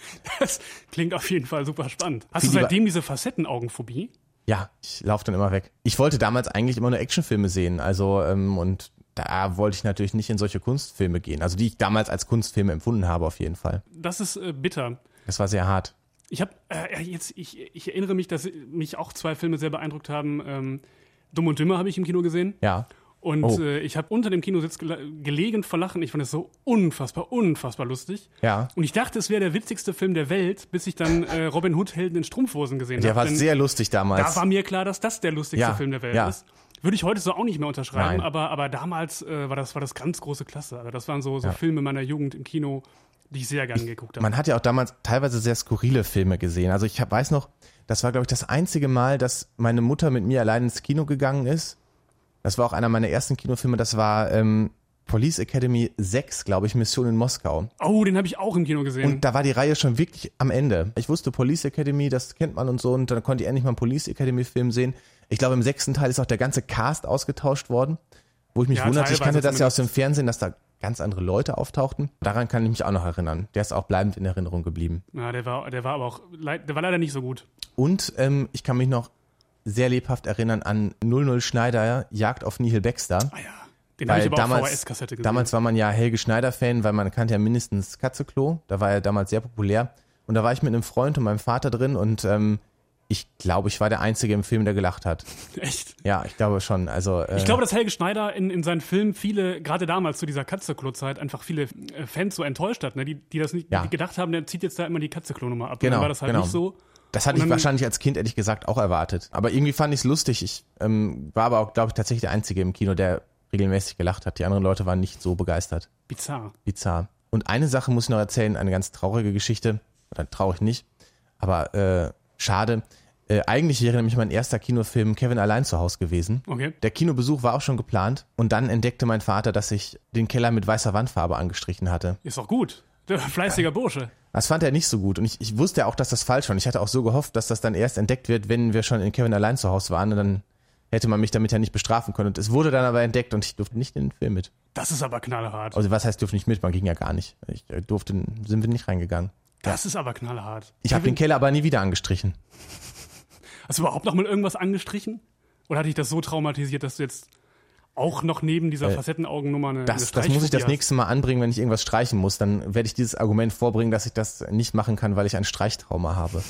Speaker 3: Das klingt auf jeden Fall super spannend. Hast
Speaker 2: Wie
Speaker 3: du seitdem diese Facettenaugenphobie?
Speaker 2: Ja, ich laufe dann immer weg. Ich wollte damals eigentlich immer nur Actionfilme sehen, also ähm, und da wollte ich natürlich nicht in solche Kunstfilme gehen, also die ich damals als Kunstfilme empfunden habe auf jeden Fall.
Speaker 3: Das ist äh, bitter.
Speaker 2: Das war sehr hart.
Speaker 3: Ich habe äh, jetzt, ich, ich erinnere mich, dass mich auch zwei Filme sehr beeindruckt haben. Ähm, Dumm und Dümmer habe ich im Kino gesehen.
Speaker 2: Ja.
Speaker 3: Und
Speaker 2: oh.
Speaker 3: äh, ich habe unter dem Kinositz gele- gelegen vor Lachen. Ich fand es so unfassbar, unfassbar lustig.
Speaker 2: Ja.
Speaker 3: Und ich dachte, es wäre der witzigste Film der Welt, bis ich dann äh, Robin Hood Helden in Strumpfhosen gesehen habe.
Speaker 2: Der war sehr lustig damals.
Speaker 3: Da war mir klar, dass das der lustigste
Speaker 2: ja.
Speaker 3: Film der Welt
Speaker 2: ja.
Speaker 3: ist. Würde ich heute so auch nicht mehr unterschreiben,
Speaker 2: Nein.
Speaker 3: aber, aber damals äh, war, das, war das ganz große Klasse. Also das waren so, so
Speaker 2: ja.
Speaker 3: Filme meiner Jugend im Kino, die ich sehr gerne geguckt habe.
Speaker 2: Man hat ja auch damals teilweise sehr skurrile Filme gesehen. Also ich hab, weiß noch, das war, glaube ich, das einzige Mal, dass meine Mutter mit mir allein ins Kino gegangen ist. Das war auch einer meiner ersten Kinofilme. Das war ähm, Police Academy sechs, glaube ich, Mission in Moskau.
Speaker 3: Oh, den habe ich auch im Kino gesehen.
Speaker 2: Und da war die Reihe schon wirklich am Ende. Ich wusste Police Academy, das kennt man und so. Und dann konnte ich endlich mal einen Police Academy Film sehen. Ich glaube, im sechsten Teil ist auch der ganze Cast ausgetauscht worden. Wo ich mich
Speaker 3: ja,
Speaker 2: wunderte, ich kannte das
Speaker 3: zumindest.
Speaker 2: ja aus dem Fernsehen, dass da ganz andere Leute auftauchten. Daran kann ich mich auch noch erinnern. Der ist auch bleibend in Erinnerung geblieben.
Speaker 3: Ja, der war, der war aber auch, der war leider nicht so gut.
Speaker 2: Und ähm, ich kann mich noch sehr lebhaft erinnern an null null Schneider, Jagd auf Nihil Baxter.
Speaker 3: Ah ja, den habe ich aber
Speaker 2: damals,
Speaker 3: auf V H S-Kassette gesehen.
Speaker 2: Damals war man ja Helge Schneider-Fan, weil man kannte ja mindestens Katzeklo. Da war er damals sehr populär. Und da war ich mit einem Freund und meinem Vater drin und ähm, ich glaube, ich war der Einzige im Film, der gelacht hat.
Speaker 3: Echt?
Speaker 2: Ja, ich glaube schon. Also, äh,
Speaker 3: ich glaube, dass Helge Schneider in, in seinen Filmen viele, gerade damals zu dieser Katzeklo-Zeit, einfach viele äh, Fans so enttäuscht hat, ne? die, die das nicht
Speaker 2: ja.
Speaker 3: die gedacht haben, der zieht jetzt da immer die Katzeklo-Nummer ab.
Speaker 2: Genau,
Speaker 3: Und dann war das halt
Speaker 2: genau.
Speaker 3: nicht so.
Speaker 2: Das hatte ich wahrscheinlich als Kind, ehrlich gesagt, auch erwartet. Aber irgendwie fand ich es lustig. Ich ähm, war aber auch, glaube ich, tatsächlich der Einzige im Kino, der regelmäßig gelacht hat. Die anderen Leute waren nicht so begeistert.
Speaker 3: Bizarr.
Speaker 2: Bizarr. Und eine Sache muss ich noch erzählen, eine ganz traurige Geschichte. Oder traurig nicht, aber äh, schade. Äh, eigentlich wäre nämlich mein erster Kinofilm Kevin allein zu Hause gewesen.
Speaker 3: Okay.
Speaker 2: Der Kinobesuch war auch schon geplant. Und dann entdeckte mein Vater, dass ich den Keller mit weißer Wandfarbe angestrichen hatte.
Speaker 3: Ist doch gut. Der fleißiger Bursche.
Speaker 2: Das fand er nicht so gut. Und ich, ich wusste ja auch, dass das falsch war. Und ich hatte auch so gehofft, dass das dann erst entdeckt wird, wenn wir schon in Kevin allein zu Hause waren. Und dann hätte man mich damit ja nicht bestrafen können. Und es wurde dann aber entdeckt und ich durfte nicht in den Film mit.
Speaker 3: Das ist aber knallhart.
Speaker 2: Also was heißt, durfte nicht mit? Man ging ja gar nicht. Ich durfte, sind wir nicht reingegangen.
Speaker 3: Das ist aber knallhart.
Speaker 2: Ich habe den Keller aber nie wieder angestrichen.
Speaker 3: Hast du überhaupt noch mal irgendwas angestrichen? Oder hat dich das so traumatisiert, dass du jetzt auch noch neben dieser
Speaker 2: äh,
Speaker 3: Facettenaugennummer eine,
Speaker 2: das,
Speaker 3: eine
Speaker 2: das muss ich das
Speaker 3: hast?
Speaker 2: nächste Mal anbringen, wenn ich irgendwas streichen muss. Dann werde ich dieses Argument vorbringen, dass ich das nicht machen kann, weil ich ein Streichtrauma habe.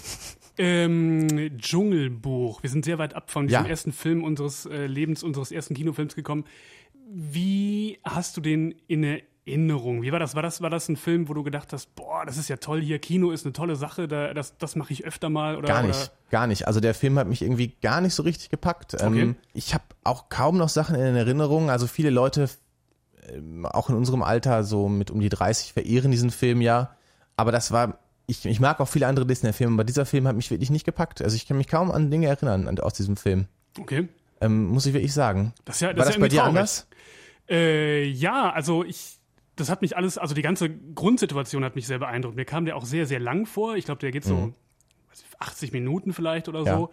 Speaker 3: Ähm, Dschungelbuch. Wir sind sehr weit ab von diesem
Speaker 2: Ja.
Speaker 3: ersten Film unseres äh, Lebens, unseres ersten Kinofilms gekommen. Wie hast du den in Erinnerung? Wie war das? War das, war das ein Film, wo du gedacht hast, boah, das ist ja toll hier, Kino ist eine tolle Sache, da, das, das mache ich öfter mal? Oder,
Speaker 2: Gar nicht,
Speaker 3: oder?
Speaker 2: gar nicht. Also der Film hat mich irgendwie gar nicht so richtig gepackt.
Speaker 3: Okay.
Speaker 2: Ähm, ich habe auch kaum noch Sachen in Erinnerung. Also viele Leute, ähm, auch in unserem Alter, so mit um die dreißig, verehren diesen Film ja. Aber das war, ich, ich mag auch viele andere Disney-Filme, aber dieser Film hat mich wirklich nicht gepackt. Also ich kann mich kaum an Dinge erinnern an, aus diesem Film.
Speaker 3: Okay.
Speaker 2: Ähm, muss ich wirklich sagen.
Speaker 3: Das ist ja, das
Speaker 2: war
Speaker 3: ist
Speaker 2: das
Speaker 3: ja
Speaker 2: bei dir
Speaker 3: traurig.
Speaker 2: anders?
Speaker 3: Äh, ja, also ich, das hat mich alles, also die ganze Grundsituation hat mich sehr beeindruckt. Mir kam der auch sehr, sehr lang vor. Ich glaube, der geht so
Speaker 2: Mhm.
Speaker 3: achtzig Minuten vielleicht oder
Speaker 2: Ja.
Speaker 3: so.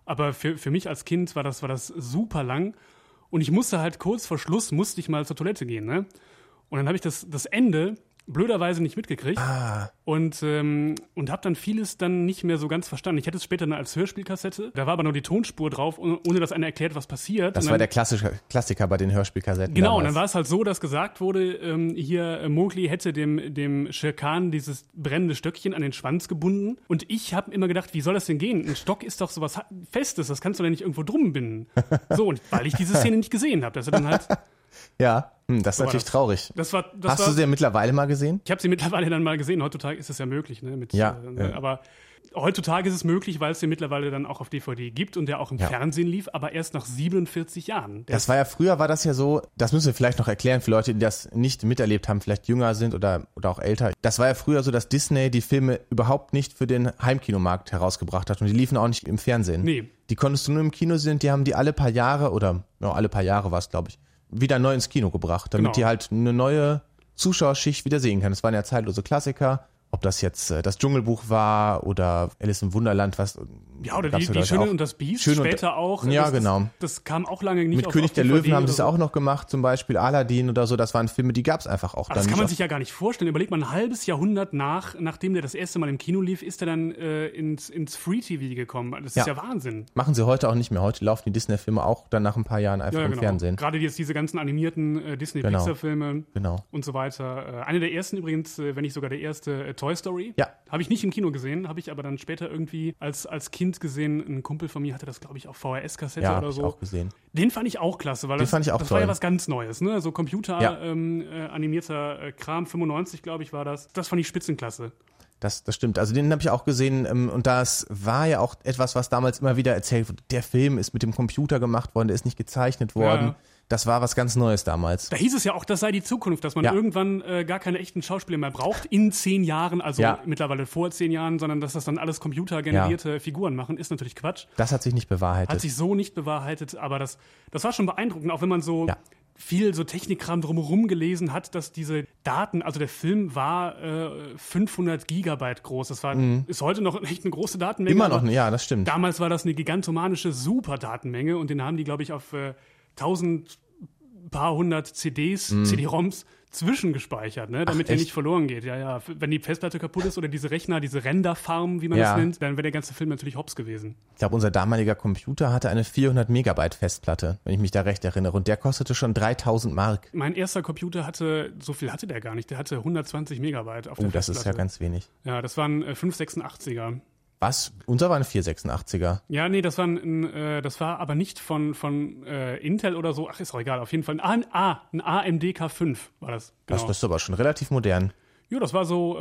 Speaker 3: Aber für, für mich als Kind war das, war das super lang. Und ich musste halt kurz vor Schluss, musste ich mal zur Toilette gehen, ne? Und dann habe ich das, das Ende blöderweise nicht mitgekriegt
Speaker 2: Ah.
Speaker 3: und, ähm, und habe dann vieles dann nicht mehr so ganz verstanden. Ich hatte es später dann als Hörspielkassette, da war aber nur die Tonspur drauf, ohne dass einer erklärt, was passiert.
Speaker 2: Das
Speaker 3: und
Speaker 2: war
Speaker 3: dann,
Speaker 2: der klassische Klassiker bei den Hörspielkassetten.
Speaker 3: Genau,
Speaker 2: damals.
Speaker 3: und dann war es halt so, dass gesagt wurde, ähm, hier äh, Mowgli hätte dem, dem Shere Khan dieses brennende Stöckchen an den Schwanz gebunden. Und ich habe immer gedacht, wie soll das denn gehen? Ein Stock ist doch sowas Festes, das kannst du doch nicht irgendwo drum binden. So, und weil ich diese Szene nicht gesehen habe, dass er dann halt...
Speaker 2: Ja, hm, das ist
Speaker 3: So war
Speaker 2: natürlich
Speaker 3: das.
Speaker 2: traurig.
Speaker 3: Das war, das
Speaker 2: Hast
Speaker 3: war,
Speaker 2: du sie ja mittlerweile mal gesehen?
Speaker 3: Ich habe sie mittlerweile dann mal gesehen. Heutzutage ist es ja möglich, ne? Mit,
Speaker 2: Ja,
Speaker 3: äh,
Speaker 2: ja.
Speaker 3: Aber heutzutage ist es möglich, weil es den mittlerweile dann auch auf D V D gibt und der auch im
Speaker 2: Ja.
Speaker 3: Fernsehen lief, aber erst nach siebenundvierzig Jahren. Der
Speaker 2: Das war ja früher, war das ja so, das müssen wir vielleicht noch erklären für Leute, die das nicht miterlebt haben, vielleicht jünger sind oder, oder auch älter. Das war ja früher so, dass Disney die Filme überhaupt nicht für den Heimkinomarkt herausgebracht hat und die liefen auch nicht im Fernsehen.
Speaker 3: Nee.
Speaker 2: Die konntest du nur im Kino sehen, die haben die alle paar Jahre oder ja, alle paar Jahre war es, glaube ich, wieder neu ins Kino gebracht, damit
Speaker 3: Genau.
Speaker 2: die halt eine neue Zuschauerschicht wieder sehen kann. Das waren ja zeitlose Klassiker, ob das jetzt äh, das Dschungelbuch war oder Alice im Wunderland, was
Speaker 3: Ja, oder
Speaker 2: gab's
Speaker 3: die,
Speaker 2: ja,
Speaker 3: die
Speaker 2: glaub ich,
Speaker 3: Schöne
Speaker 2: auch.
Speaker 3: und das Biest,
Speaker 2: Schön und-
Speaker 3: später auch.
Speaker 2: Ja,
Speaker 3: das,
Speaker 2: genau.
Speaker 3: Das, das kam auch lange nicht
Speaker 2: Mit
Speaker 3: auf,
Speaker 2: König
Speaker 3: auf
Speaker 2: der
Speaker 3: D V D
Speaker 2: Löwen haben
Speaker 3: oder
Speaker 2: sie es
Speaker 3: so.
Speaker 2: auch noch gemacht, zum Beispiel Aladdin oder so, das waren Filme, die gab es einfach auch
Speaker 3: Aber
Speaker 2: dann
Speaker 3: das kann
Speaker 2: nicht
Speaker 3: man
Speaker 2: auf-
Speaker 3: sich ja gar nicht vorstellen. Überleg mal, ein halbes Jahrhundert nach, nachdem der das erste Mal im Kino lief, ist er dann äh, ins, ins Free-T V gekommen. Das ist
Speaker 2: Ja.
Speaker 3: ja Wahnsinn.
Speaker 2: Machen sie heute auch nicht mehr. Heute laufen die Disney-Filme auch dann nach ein paar Jahren einfach
Speaker 3: Ja, ja,
Speaker 2: im
Speaker 3: genau.
Speaker 2: Fernsehen.
Speaker 3: Gerade jetzt diese ganzen animierten äh, Disney-Pixar-Filme
Speaker 2: Genau.
Speaker 3: und so weiter. Äh, einer der ersten übrigens, äh, wenn nicht sogar der erste, äh, Toy Story.
Speaker 2: Ja.
Speaker 3: Habe ich nicht im Kino gesehen, habe ich aber dann später irgendwie als, als Kind gesehen. Ein Kumpel von mir hatte das, glaube ich, auf V H S-Kassette
Speaker 2: Ja,
Speaker 3: oder
Speaker 2: habe ich
Speaker 3: so.
Speaker 2: auch gesehen.
Speaker 3: Den fand ich auch klasse, weil
Speaker 2: Den
Speaker 3: das,
Speaker 2: fand ich auch
Speaker 3: das war
Speaker 2: toll.
Speaker 3: ja was ganz Neues, ne? So Computer
Speaker 2: Ja.
Speaker 3: ähm, äh, animierter äh, Kram, fünfundneunzig, glaube ich, war das. Das fand ich spitzenklasse.
Speaker 2: Das, das stimmt. Also den habe ich auch gesehen ähm, und das war ja auch etwas, was damals immer wieder erzählt wurde. Der Film ist mit dem Computer gemacht worden, der ist nicht gezeichnet worden.
Speaker 3: Ja.
Speaker 2: Das war was ganz Neues damals.
Speaker 3: Da hieß es ja auch, das sei die Zukunft, dass man
Speaker 2: Ja.
Speaker 3: irgendwann äh, gar keine echten Schauspieler mehr braucht in zehn Jahren, also
Speaker 2: Ja.
Speaker 3: mittlerweile vor zehn Jahren, sondern dass das dann alles computergenerierte Figuren machen, ist natürlich Quatsch.
Speaker 2: Das hat sich nicht bewahrheitet.
Speaker 3: Hat sich so nicht bewahrheitet, aber das, das war schon beeindruckend, auch wenn man so
Speaker 2: Ja.
Speaker 3: viel so Technikkram drumherum gelesen hat, dass diese Daten, also der Film war äh, fünfhundert Gigabyte groß. Das war, ist heute noch echt eine große Datenmenge.
Speaker 2: Mhm. Immer noch,
Speaker 3: aber
Speaker 2: ja, das stimmt.
Speaker 3: Damals war das eine gigantomanische Super-Datenmenge und den haben die, glaube ich, auf äh, tausend paar hundert C Ds, C D-ROMs zwischengespeichert, ne, damit der
Speaker 2: echt?
Speaker 3: nicht verloren geht. Ja, ja. Wenn die Festplatte kaputt ist oder diese Rechner, diese Renderfarm, wie man
Speaker 2: Ja.
Speaker 3: das nennt, dann wäre der ganze Film natürlich hops gewesen.
Speaker 2: Ich glaube, unser damaliger Computer hatte eine vierhundert Megabyte Festplatte, wenn ich mich da recht erinnere. Und der kostete schon dreitausend Mark.
Speaker 3: Mein erster Computer hatte, so viel hatte der gar nicht, der hatte hundertzwanzig Megabyte auf der
Speaker 2: Oh, das
Speaker 3: Festplatte.
Speaker 2: ist ja ganz wenig.
Speaker 3: Ja, das waren äh, fünf sechsundachtziger.
Speaker 2: Was? Unser war eine vier sechsundachtziger.
Speaker 3: Ja, nee, das war, ein, äh, das war aber nicht von, von äh, Intel oder so. Ach, ist auch egal. Auf jeden Fall ein A, A ein A M D K fünf war das. Genau.
Speaker 2: Das, das ist aber schon relativ modern.
Speaker 3: Ja, das war so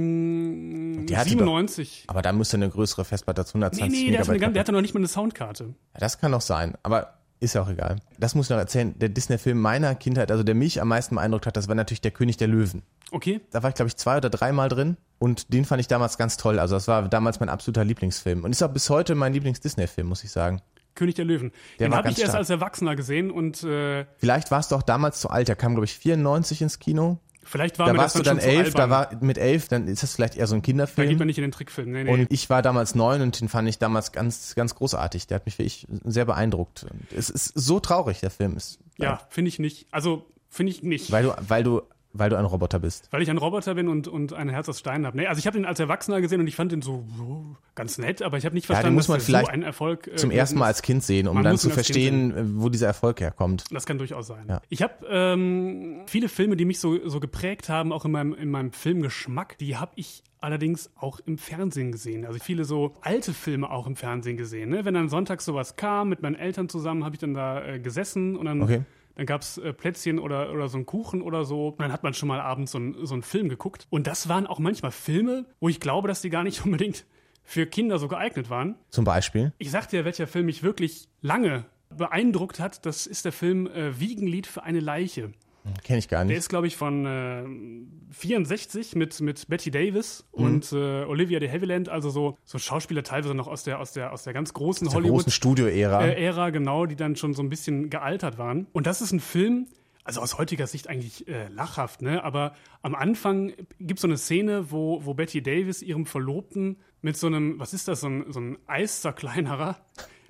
Speaker 3: ähm,
Speaker 2: Die hatte
Speaker 3: siebenundneunzig.
Speaker 2: Aber da müsste eine größere Festplatte als
Speaker 3: Nee,
Speaker 2: hundertzwanzig
Speaker 3: nee, der, hatte eine,
Speaker 2: Megabyte
Speaker 3: gan- der
Speaker 2: haben.
Speaker 3: hatte noch nicht mal eine Soundkarte.
Speaker 2: Ja, das kann doch sein. Aber ist ja auch egal. Das muss ich noch erzählen. Der Disney-Film meiner Kindheit, also der mich am meisten beeindruckt hat, das war natürlich der König der Löwen.
Speaker 3: Okay.
Speaker 2: Da war ich, glaube ich, zwei oder dreimal drin. Und den fand ich damals ganz toll. Also das war damals mein absoluter Lieblingsfilm. Und ist auch bis heute mein Lieblings-Disney-Film, muss ich sagen.
Speaker 3: König der Löwen.
Speaker 2: Der
Speaker 3: Den
Speaker 2: war
Speaker 3: habe ich
Speaker 2: ganz
Speaker 3: erst
Speaker 2: stark.
Speaker 3: als Erwachsener gesehen und äh,
Speaker 2: Vielleicht warst du auch damals zu alt. Der kam, glaube ich, vierundneunzig ins Kino.
Speaker 3: vielleicht war
Speaker 2: Da
Speaker 3: mir
Speaker 2: warst
Speaker 3: das
Speaker 2: du dann
Speaker 3: schon zu
Speaker 2: elf, da
Speaker 3: albern.
Speaker 2: war mit elf, dann ist das vielleicht eher so ein
Speaker 3: Da geht
Speaker 2: Kinderfilm.
Speaker 3: man nicht in den Trickfilm. Nee, nee.
Speaker 2: Und ich war damals neun und den fand ich damals ganz, ganz großartig. Der hat mich wirklich sehr beeindruckt. Und es ist so traurig, der Film ist.
Speaker 3: ja, finde ich nicht. Also, finde ich nicht.
Speaker 2: Weil du, weil du, weil du ein Roboter bist.
Speaker 3: Weil ich ein Roboter bin und, und ein Herz aus Stein habe. Nee, also ich habe den als Erwachsener gesehen und ich fand den so oh, ganz nett, aber ich habe nicht
Speaker 2: Ja, den
Speaker 3: verstanden,
Speaker 2: muss man
Speaker 3: dass der
Speaker 2: vielleicht
Speaker 3: so ein Erfolg äh,
Speaker 2: Zum ersten Mal als Kind sehen, um
Speaker 3: Man
Speaker 2: dann
Speaker 3: muss
Speaker 2: zu
Speaker 3: ihn als Kind
Speaker 2: verstehen, wo dieser Erfolg herkommt.
Speaker 3: Das kann durchaus sein.
Speaker 2: Ja.
Speaker 3: Ich habe ähm, viele Filme, die mich so, so geprägt haben, auch in meinem, in meinem Filmgeschmack, die habe ich allerdings auch im Fernsehen gesehen. Also viele so alte Filme auch im Fernsehen gesehen. Ne? Wenn dann sonntags sowas kam, mit meinen Eltern zusammen, habe ich dann da äh, gesessen und dann,
Speaker 2: Okay.
Speaker 3: dann gab es äh, Plätzchen oder, oder so einen Kuchen oder so. Und dann hat man schon mal abends so, ein, so einen Film geguckt. Und das waren auch manchmal Filme, wo ich glaube, dass die gar nicht unbedingt für Kinder so geeignet waren.
Speaker 2: Zum Beispiel.
Speaker 3: Ich sag dir, welcher Film mich wirklich lange beeindruckt hat. Das ist der Film äh, Wiegenlied für eine Leiche.
Speaker 2: Kenne ich gar
Speaker 3: Der
Speaker 2: nicht.
Speaker 3: ist, glaube ich, von äh, vierundsechzig mit, mit Bette Davis und äh, Olivia de Havilland, also so, so Schauspieler teilweise noch aus der, aus der, aus der ganz großen
Speaker 2: Der großen
Speaker 3: Hollywood-Ära,
Speaker 2: Studio-Ära.
Speaker 3: äh, genau, die dann schon so ein bisschen gealtert waren. Und das ist ein Film, also aus heutiger Sicht eigentlich äh, lachhaft, ne? Aber am Anfang gibt es so eine Szene, wo, wo Bette Davis ihrem Verlobten mit so einem, was ist das, so ein, so ein Eiszerkleinerer,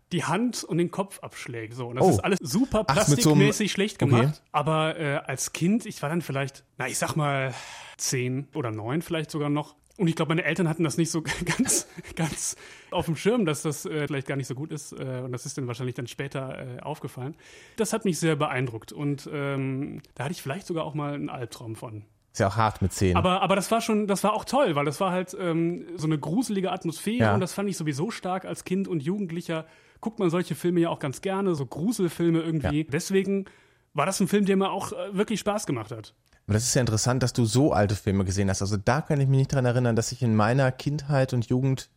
Speaker 3: die Hand und den Kopf abschlägt. So. Und das
Speaker 2: Oh.
Speaker 3: ist alles super
Speaker 2: Ach, mit so einem-
Speaker 3: plastikmäßig schlecht gemacht.
Speaker 2: Okay.
Speaker 3: Aber äh, als Kind, ich war dann vielleicht, na ich sag mal zehn oder neun vielleicht sogar noch. Und ich glaube, meine Eltern hatten das nicht so ganz, ganz auf dem Schirm, dass das äh, vielleicht gar nicht so gut ist. Äh, und das ist dann wahrscheinlich dann später äh, aufgefallen. Das hat mich sehr beeindruckt. Und ähm, da hatte ich vielleicht sogar auch mal einen Albtraum von.
Speaker 2: Ist ja auch hart mit zehn.
Speaker 3: Aber, aber das war schon, das war auch toll, weil das war halt ähm, so eine gruselige Atmosphäre
Speaker 2: Ja.
Speaker 3: und das fand ich sowieso stark als Kind und Jugendlicher. Guckt man solche Filme ja auch ganz gerne, so Gruselfilme irgendwie.
Speaker 2: Ja.
Speaker 3: Deswegen war das ein Film, der mir auch äh, wirklich Spaß gemacht hat.
Speaker 2: Aber das ist ja interessant, dass du so alte Filme gesehen hast. Also da kann ich mich nicht dran erinnern, dass ich in meiner Kindheit und Jugend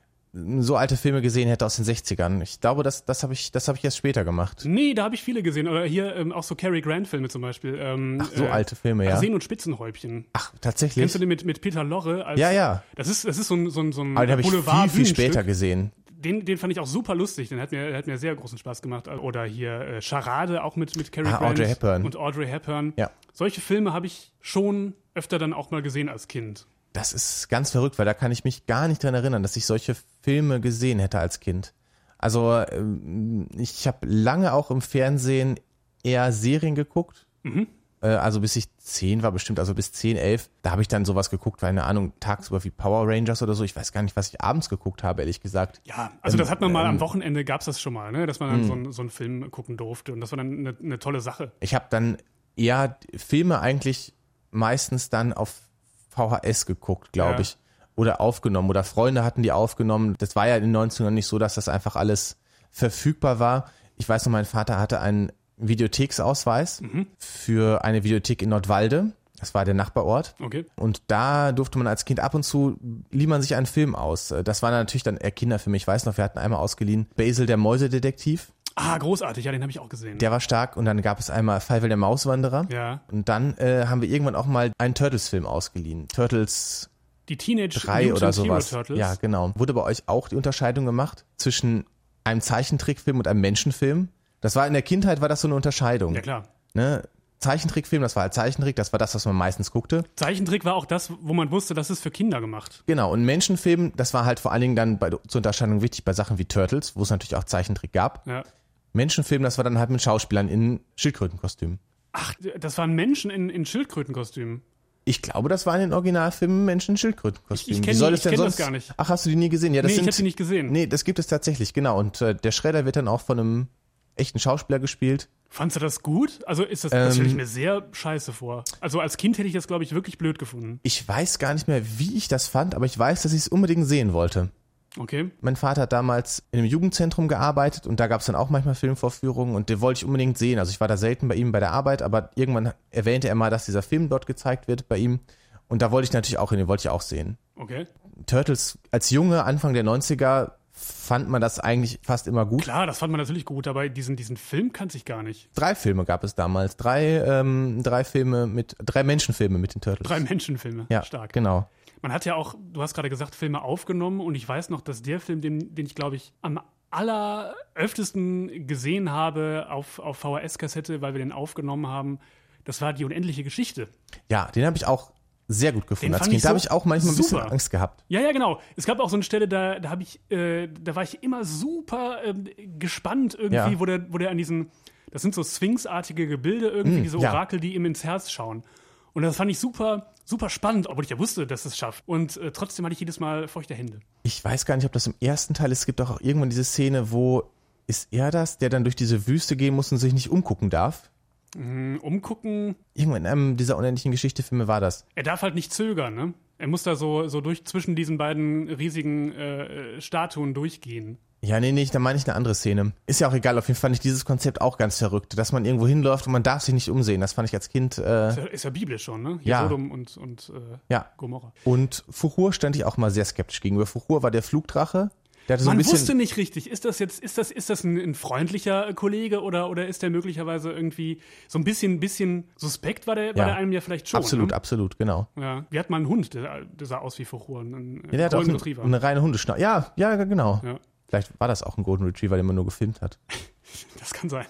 Speaker 2: so alte Filme gesehen hätte aus den sechzigern. Ich glaube, das, das habe ich, das habe ich erst später gemacht.
Speaker 3: Nee, da habe ich viele gesehen. Oder hier ähm, auch so Cary Grant-Filme zum Beispiel. Ähm,
Speaker 2: Ach, so alte Filme, ja.
Speaker 3: Arsen und Spitzenhäubchen.
Speaker 2: Ach, tatsächlich?
Speaker 3: Kennst du den mit, mit Peter Lorre? Als,
Speaker 2: Ja, ja.
Speaker 3: Das ist, das ist so ein, so ein, so ein
Speaker 2: Aber den habe ich viel, viel
Speaker 3: Boulevard-Bühnenstück.
Speaker 2: später gesehen.
Speaker 3: Den, den fand ich auch super lustig. Den hat mir, hat mir sehr großen Spaß gemacht. Oder hier äh, Charade, auch mit, mit Cary
Speaker 2: Ah,
Speaker 3: Grant
Speaker 2: Audrey Hepburn.
Speaker 3: und Audrey Hepburn.
Speaker 2: Ja.
Speaker 3: Solche Filme habe ich schon öfter dann auch mal gesehen als Kind.
Speaker 2: Das ist ganz verrückt, weil da kann ich mich gar nicht dran erinnern, dass ich solche Filme gesehen hätte als Kind. Also ähm, ich habe lange auch im Fernsehen eher Serien geguckt.
Speaker 3: Mhm.
Speaker 2: Äh, also bis ich zehn war bestimmt, also bis zehn, elf. Da habe ich dann sowas geguckt, keine Ahnung, tagsüber wie Power Rangers oder so. Ich weiß gar nicht, was ich abends geguckt habe, ehrlich gesagt.
Speaker 3: Ja, also das hat man mal
Speaker 2: Ähm,
Speaker 3: am Wochenende, gab es das schon mal, ne? Dass man dann so, einen, so einen Film gucken durfte. Und das war dann eine, eine tolle Sache.
Speaker 2: Ich habe dann eher Filme eigentlich meistens dann auf V H S geguckt, glaube
Speaker 3: Ja.
Speaker 2: ich. Oder aufgenommen. Oder Freunde hatten die aufgenommen. Das war ja in den neunzigern nicht so, dass das einfach alles verfügbar war. Ich weiß noch, mein Vater hatte einen Videotheksausweis
Speaker 3: Mhm.
Speaker 2: für eine Videothek in Nordwalde. Das war der Nachbarort.
Speaker 3: Okay.
Speaker 2: Und da durfte man als Kind ab und zu, lieh man sich einen Film aus. Das waren natürlich dann eher Kinder für mich. Ich weiß noch, wir hatten einmal ausgeliehen Basil, der Mäusedetektiv.
Speaker 3: Ah, großartig. Ja, den habe ich auch gesehen.
Speaker 2: Der war stark. Und dann gab es einmal Feivel, der Mauswanderer.
Speaker 3: ja.
Speaker 2: Und dann äh, haben wir irgendwann auch mal einen Turtles-Film ausgeliehen. Turtles
Speaker 3: Die Teenage
Speaker 2: drei
Speaker 3: Mutant
Speaker 2: oder
Speaker 3: Hero
Speaker 2: sowas.
Speaker 3: Turtles.
Speaker 2: Ja, genau. Wurde bei euch auch die Unterscheidung gemacht zwischen einem Zeichentrickfilm und einem Menschenfilm? Das war in der Kindheit, war das so eine Unterscheidung.
Speaker 3: Ja, klar.
Speaker 2: Ne? Zeichentrickfilm, das war halt Zeichentrick, das war das, was man meistens guckte.
Speaker 3: Zeichentrick war auch das, wo man wusste, das ist für Kinder gemacht.
Speaker 2: Genau, und Menschenfilm, das war halt vor allen Dingen dann bei, zur Unterscheidung wichtig bei Sachen wie Turtles, wo es natürlich auch Zeichentrick gab.
Speaker 3: Ja.
Speaker 2: Menschenfilm, das war dann halt mit Schauspielern in Schildkrötenkostümen.
Speaker 3: Ach, das waren Menschen in, in Schildkrötenkostümen.
Speaker 2: Ich glaube, das war in den Originalfilmen Menschen in Schildkrötenkostümen.
Speaker 3: Ich- ich kenn
Speaker 2: Wie soll
Speaker 3: die-
Speaker 2: es
Speaker 3: ich
Speaker 2: denn
Speaker 3: kenn das
Speaker 2: sonst?
Speaker 3: gar nicht.
Speaker 2: Ach, hast du die nie gesehen? Ja, das
Speaker 3: Nee, ich
Speaker 2: sind,
Speaker 3: hab die nicht gesehen.
Speaker 2: Nee, das gibt es tatsächlich, genau. Und äh, der Shredder wird dann auch von einem echten Schauspieler gespielt.
Speaker 3: Fandst du das gut? Also ist das, das stelle ich
Speaker 2: Ähm,
Speaker 3: mir sehr scheiße vor. Also als Kind hätte ich das, glaube ich, wirklich blöd gefunden.
Speaker 2: Ich weiß gar nicht mehr, wie ich das fand, aber ich weiß, dass ich es unbedingt sehen wollte.
Speaker 3: Okay.
Speaker 2: Mein Vater hat damals in einem Jugendzentrum gearbeitet und da gab es dann auch manchmal Filmvorführungen und den wollte ich unbedingt sehen. Also ich war da selten bei ihm bei der Arbeit, aber irgendwann erwähnte er mal, dass dieser Film dort gezeigt wird bei ihm. Und da wollte ich natürlich auch hin, den wollte ich auch sehen.
Speaker 3: Okay.
Speaker 2: Turtles als Junge, Anfang der neunziger, fand man das eigentlich fast immer gut.
Speaker 3: Klar, das fand man natürlich gut, aber diesen, diesen Film kannte ich gar nicht.
Speaker 2: Drei Filme gab es damals. Drei, ähm, drei Filme mit, drei Menschenfilme mit den Turtles.
Speaker 3: Drei Menschenfilme.
Speaker 2: Ja,
Speaker 3: Stark.
Speaker 2: genau.
Speaker 3: Man hat ja auch, du hast gerade gesagt, Filme aufgenommen und ich weiß noch, dass der Film, den, den ich glaube ich am alleröftesten gesehen habe auf, auf V H S-Kassette, weil wir den aufgenommen haben, das war Die unendliche Geschichte.
Speaker 2: Ja, den habe ich auch sehr gut gefunden.
Speaker 3: Den
Speaker 2: Als
Speaker 3: fand
Speaker 2: Kind
Speaker 3: ich
Speaker 2: da
Speaker 3: so
Speaker 2: habe ich auch manchmal ein bisschen
Speaker 3: super.
Speaker 2: Angst gehabt.
Speaker 3: Ja, ja, genau. Es gab auch so eine Stelle, da, da habe ich, äh, da war ich immer super ähm, gespannt irgendwie,
Speaker 2: Ja.
Speaker 3: wo der, wo der an diesen, das sind so Sphinxartige Gebilde irgendwie,
Speaker 2: Mm,
Speaker 3: diese
Speaker 2: ja.
Speaker 3: Orakel, die ihm ins Herz schauen. Und das fand ich super, super spannend, obwohl ich ja wusste, dass es schafft. Und äh, trotzdem hatte ich jedes Mal feuchte Hände.
Speaker 2: Ich weiß gar nicht, ob das im ersten Teil ist. Es gibt doch auch irgendwann diese Szene, wo ist er das, der dann durch diese Wüste gehen muss und sich nicht umgucken darf?
Speaker 3: Mhm, umgucken,
Speaker 2: Irgendwann in einem dieser unendlichen Geschichte-Filme war das.
Speaker 3: er darf halt nicht zögern, ne? Er muss da so, so durch zwischen diesen beiden riesigen äh, Statuen durchgehen.
Speaker 2: Ja, nee, nee, da meine ich eine andere Szene. Ist ja auch egal, auf jeden Fall fand ich dieses Konzept auch ganz verrückt, dass man irgendwo hinläuft und man darf sich nicht umsehen. Das fand ich als Kind, äh,
Speaker 3: Ist ja, ist ja biblisch schon, ne? Hier
Speaker 2: Ja.
Speaker 3: Sodom und, und äh,
Speaker 2: ja.
Speaker 3: Gomorra.
Speaker 2: Und Fuchur stand ich auch mal sehr skeptisch gegenüber. Fuchur war der Flugdrache. Der hatte so
Speaker 3: Man
Speaker 2: ein bisschen,
Speaker 3: wusste nicht richtig, ist das jetzt, ist das, ist das ein, ein freundlicher Kollege oder, oder ist der möglicherweise irgendwie so ein bisschen, bisschen suspekt, war der, war
Speaker 2: Ja.
Speaker 3: der einem ja vielleicht schon.
Speaker 2: absolut,
Speaker 3: Ne?
Speaker 2: absolut, genau.
Speaker 3: Ja. Wir hatten mal einen Hund, der, der sah aus wie Fuchur. Ein,
Speaker 2: Ja, der hat auch
Speaker 3: Golden
Speaker 2: eine,
Speaker 3: Retriever.
Speaker 2: eine reine Hundeschnauze. Ja, ja, genau.
Speaker 3: Ja,
Speaker 2: Vielleicht war das auch ein Golden Retriever, den man nur gefilmt hat.
Speaker 3: das kann sein.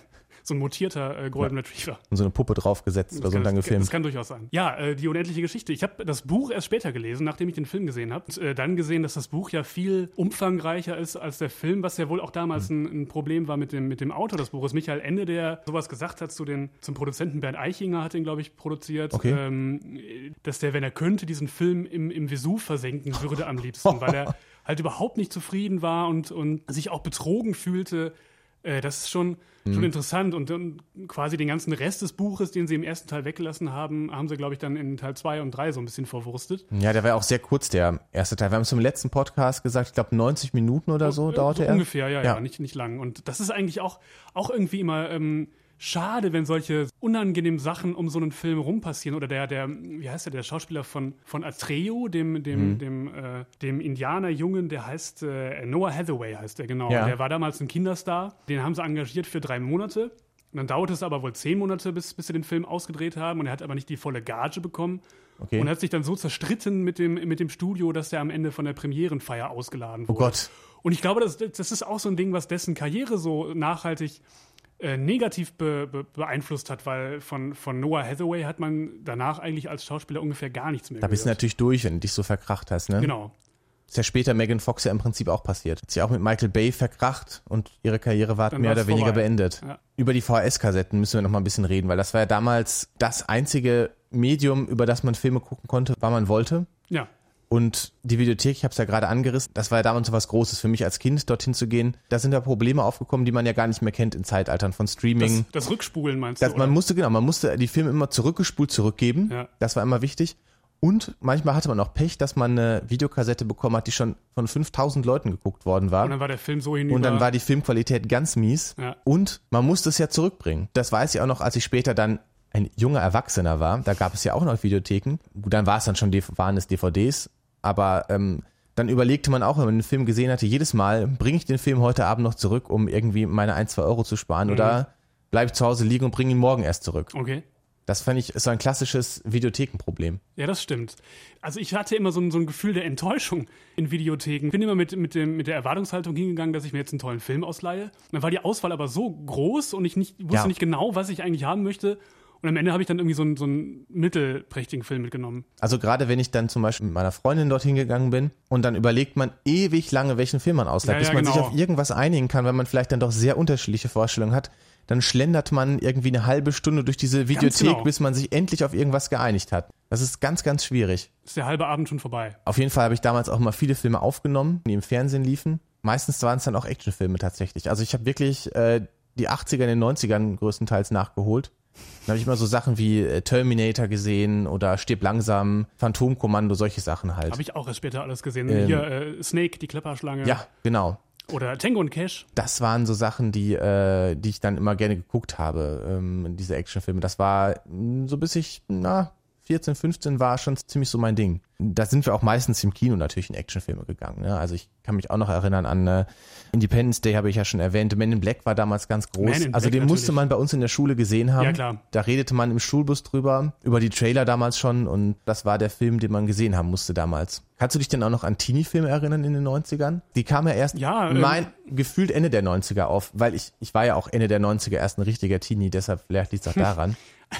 Speaker 3: so ein mutierter äh, Golden ja. Retriever.
Speaker 2: Und so eine Puppe draufgesetzt
Speaker 3: das
Speaker 2: oder so
Speaker 3: kann,
Speaker 2: und dann
Speaker 3: das,
Speaker 2: gefilmt.
Speaker 3: Das kann durchaus sein. Ja, äh, die unendliche Geschichte. Ich habe das Buch erst später gelesen, nachdem ich den Film gesehen habe. Und äh, dann gesehen, dass das Buch ja viel umfangreicher ist als der Film, was ja wohl auch damals mhm. ein, ein Problem war mit dem, mit dem Autor des Buches. Michael Ende, der sowas gesagt hat zu den, zum Produzenten Bernd Eichinger, hat den, glaube ich, produziert,
Speaker 2: okay.
Speaker 3: ähm, dass der, wenn er könnte, diesen Film im, im Vesuv versenken würde am liebsten, weil er halt überhaupt nicht zufrieden war und, und sich auch betrogen fühlte. Äh, das ist schon, mhm. schon interessant. Und, und quasi den ganzen Rest des Buches, den sie im ersten Teil weggelassen haben, haben sie, glaube ich, dann in Teil zwei und drei so ein bisschen verwurstet.
Speaker 2: Ja, der war ja auch sehr kurz, der erste Teil. Wir haben es im letzten Podcast gesagt, ich glaube neunzig Minuten oder so, so dauerte
Speaker 3: so
Speaker 2: er.
Speaker 3: Ungefähr, ja, ja,
Speaker 2: ja,
Speaker 3: nicht, nicht lang. Und das ist eigentlich auch, auch irgendwie immer ähm, schade, wenn solche unangenehmen Sachen um so einen Film rum passieren. Oder der, der, wie heißt der, der Schauspieler von, von Atreo, dem, dem, mhm. dem, äh, dem Indianerjungen, der heißt äh, Noah Hathaway, heißt der, genau.
Speaker 2: Ja.
Speaker 3: Der war damals ein Kinderstar. Den haben sie engagiert für drei Monate. Und dann dauerte es aber wohl zehn Monate, bis, bis sie den Film ausgedreht haben. Und er hat aber nicht die volle Gage bekommen.
Speaker 2: Okay.
Speaker 3: Und hat sich dann so zerstritten mit dem, mit dem Studio, dass er am Ende von der Premierenfeier ausgeladen wurde.
Speaker 2: Oh Gott.
Speaker 3: Und ich glaube, das, das ist auch so ein Ding, was dessen Karriere so nachhaltig Äh, negativ be, be, beeinflusst hat, weil von, von Noah Hathaway hat man danach eigentlich als Schauspieler ungefähr gar nichts mehr
Speaker 2: Da
Speaker 3: gehört.
Speaker 2: bist du natürlich durch, wenn du dich so verkracht hast, ne?
Speaker 3: Genau.
Speaker 2: Ist ja später Megan Fox ja im Prinzip auch passiert. Hat sie auch mit Michael Bay verkracht und ihre Karriere war
Speaker 3: Dann
Speaker 2: mehr oder weniger
Speaker 3: vorbei.
Speaker 2: beendet.
Speaker 3: Ja.
Speaker 2: Über die V H S-Kassetten müssen wir noch mal ein bisschen reden, weil das war ja damals das einzige Medium, über das man Filme gucken konnte, wann man wollte.
Speaker 3: Ja.
Speaker 2: Und die Videothek, ich habe es ja gerade angerissen, das war ja damals so was Großes für mich als Kind, dorthin zu gehen. Da sind ja Probleme aufgekommen, die man ja gar nicht mehr kennt in Zeitaltern von Streaming.
Speaker 3: Das, das Rückspulen meinst
Speaker 2: das,
Speaker 3: du,
Speaker 2: Man
Speaker 3: oder?
Speaker 2: musste, genau, man musste die Filme immer zurückgespult zurückgeben.
Speaker 3: Ja.
Speaker 2: Das war immer wichtig. Und manchmal hatte man auch Pech, dass man eine Videokassette bekommen hat, die schon von fünftausend Leuten geguckt worden war.
Speaker 3: Und dann war der Film so hinüber.
Speaker 2: Und dann war die Filmqualität ganz mies.
Speaker 3: Ja.
Speaker 2: Und man musste es ja zurückbringen. Das weiß ich auch noch, als ich später dann ein junger Erwachsener war. Da gab es ja auch noch Videotheken. Dann war es dann schon, waren es D V Ds. Aber ähm, dann überlegte man auch, wenn man den Film gesehen hatte, jedes Mal, bringe ich den Film heute Abend noch zurück, um irgendwie meine ein, zwei Euro zu sparen, mhm. oder bleibe ich zu Hause liegen und bringe ihn morgen erst zurück.
Speaker 3: Okay.
Speaker 2: Das fand ich, ist so ein klassisches Videothekenproblem.
Speaker 3: Ja, das stimmt. Also ich hatte immer so ein, so ein Gefühl der Enttäuschung in Videotheken. Bin immer mit, mit, dem, mit der Erwartungshaltung hingegangen, dass ich mir jetzt einen tollen Film ausleihe. Und dann war die Auswahl aber so groß und ich nicht, wusste
Speaker 2: Ja.
Speaker 3: nicht genau, was ich eigentlich haben möchte. Und am Ende habe ich dann irgendwie so einen, so einen mittelprächtigen Film mitgenommen.
Speaker 2: Also gerade wenn ich dann zum Beispiel mit meiner Freundin dorthin gegangen bin und dann überlegt man ewig lange, welchen Film man ausleiht,
Speaker 3: Ja,
Speaker 2: bis
Speaker 3: ja,
Speaker 2: man
Speaker 3: genau.
Speaker 2: sich auf irgendwas einigen kann, weil man vielleicht dann doch sehr unterschiedliche Vorstellungen hat, dann schlendert man irgendwie eine halbe Stunde durch diese Videothek,
Speaker 3: genau.
Speaker 2: bis man sich endlich auf irgendwas geeinigt hat. Das ist ganz, ganz schwierig.
Speaker 3: Ist der halbe Abend schon vorbei.
Speaker 2: Auf jeden Fall habe ich damals auch mal viele Filme aufgenommen, die im Fernsehen liefen. Meistens waren es dann auch Actionfilme tatsächlich. Also ich habe wirklich äh, die achtziger in den neunzigern größtenteils nachgeholt. Dann habe ich immer so Sachen wie äh, Terminator gesehen oder Stirb langsam, Phantomkommando, solche Sachen halt.
Speaker 3: Habe ich auch erst später alles gesehen.
Speaker 2: Ähm,
Speaker 3: Hier äh, Snake, die Klapperschlange.
Speaker 2: Ja, genau.
Speaker 3: Oder Tango und Cash.
Speaker 2: Das waren so Sachen, die, äh, die ich dann immer gerne geguckt habe, ähm, diese Actionfilme. Das war mh, so bis ich, na, vierzehn, fünfzehn war schon ziemlich so mein Ding. Da sind wir auch meistens im Kino natürlich in Actionfilme gegangen. Ne? Also ich kann mich auch noch erinnern an äh, Independence Day, habe ich ja schon erwähnt. Man in Black war damals ganz groß.
Speaker 3: Man in
Speaker 2: Also
Speaker 3: Black,
Speaker 2: den musste
Speaker 3: natürlich.
Speaker 2: man bei uns in der Schule gesehen haben.
Speaker 3: Ja, klar.
Speaker 2: Da redete man im Schulbus drüber, über die Trailer damals schon, und das war der Film, den man gesehen haben musste damals. Kannst du dich denn auch noch an Teenie-Filme erinnern in den neunzigern? Die kamen ja erst,
Speaker 3: Ja, ähm,
Speaker 2: mein, gefühlt Ende der neunziger auf, weil ich, ich war ja auch Ende der neunziger erst ein richtiger Teenie, deshalb vielleicht liegt es auch daran.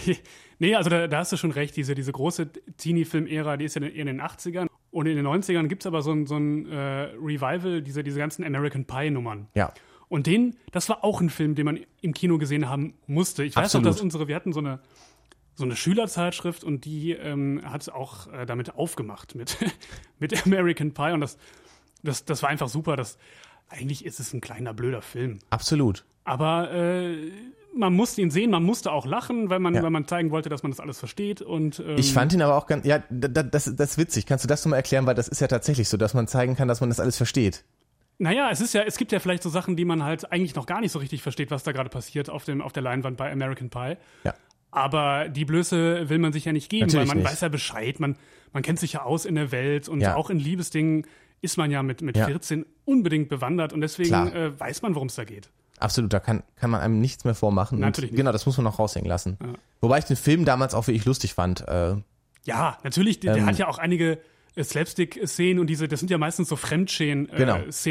Speaker 3: Nee, also da, da hast du schon recht. Diese, diese große Teenie-Film-Ära, die ist ja eher in den achtzigern. Und in den neunzigern gibt es aber so ein, so ein äh, Revival, diese, diese ganzen American Pie-Nummern.
Speaker 2: Ja.
Speaker 3: Und den, das war auch ein Film, den man im Kino gesehen haben musste. Ich weiß
Speaker 2: Absolut.
Speaker 3: noch, dass unsere, wir hatten so eine, so eine Schülerzeitschrift und die ähm, hat auch äh, damit aufgemacht mit, mit American Pie. Und das, das, das war einfach super. Das, eigentlich ist es ein kleiner, blöder Film.
Speaker 2: Absolut.
Speaker 3: Aber äh, man musste ihn sehen, man musste auch lachen, weil man,
Speaker 2: Ja.
Speaker 3: weil man zeigen wollte, dass man das alles versteht. Und, ähm,
Speaker 2: Ich fand ihn aber auch ganz, ja, das, das, das ist witzig. Kannst du das nochmal erklären? Weil das ist ja tatsächlich so, dass man zeigen kann, dass man das alles versteht.
Speaker 3: Naja, es ist ja, es gibt ja vielleicht so Sachen, die man halt eigentlich noch gar nicht so richtig versteht, was da gerade passiert auf, dem, auf der Leinwand bei American Pie.
Speaker 2: Ja.
Speaker 3: Aber die Blöße will man sich ja nicht geben,
Speaker 2: Natürlich
Speaker 3: weil man
Speaker 2: nicht.
Speaker 3: weiß ja Bescheid, man, man kennt sich ja aus in der Welt und
Speaker 2: Ja.
Speaker 3: auch in Liebesdingen ist man ja mit, mit
Speaker 2: Ja.
Speaker 3: vierzehn unbedingt bewandert und deswegen
Speaker 2: Klar.
Speaker 3: äh, weiß man, worum es da geht.
Speaker 2: Absolut, da kann, kann man einem nichts mehr vormachen.
Speaker 3: Natürlich
Speaker 2: und,
Speaker 3: nicht.
Speaker 2: Genau, das muss man noch raushängen lassen.
Speaker 3: Ja.
Speaker 2: Wobei ich den Film damals auch wirklich lustig fand. Äh,
Speaker 3: Ja, natürlich, der, der
Speaker 2: Ähm.
Speaker 3: hat ja auch einige äh, Slapstick-Szenen und diese, das sind ja meistens so
Speaker 2: Genau.
Speaker 3: Fremdschämen-Szenen,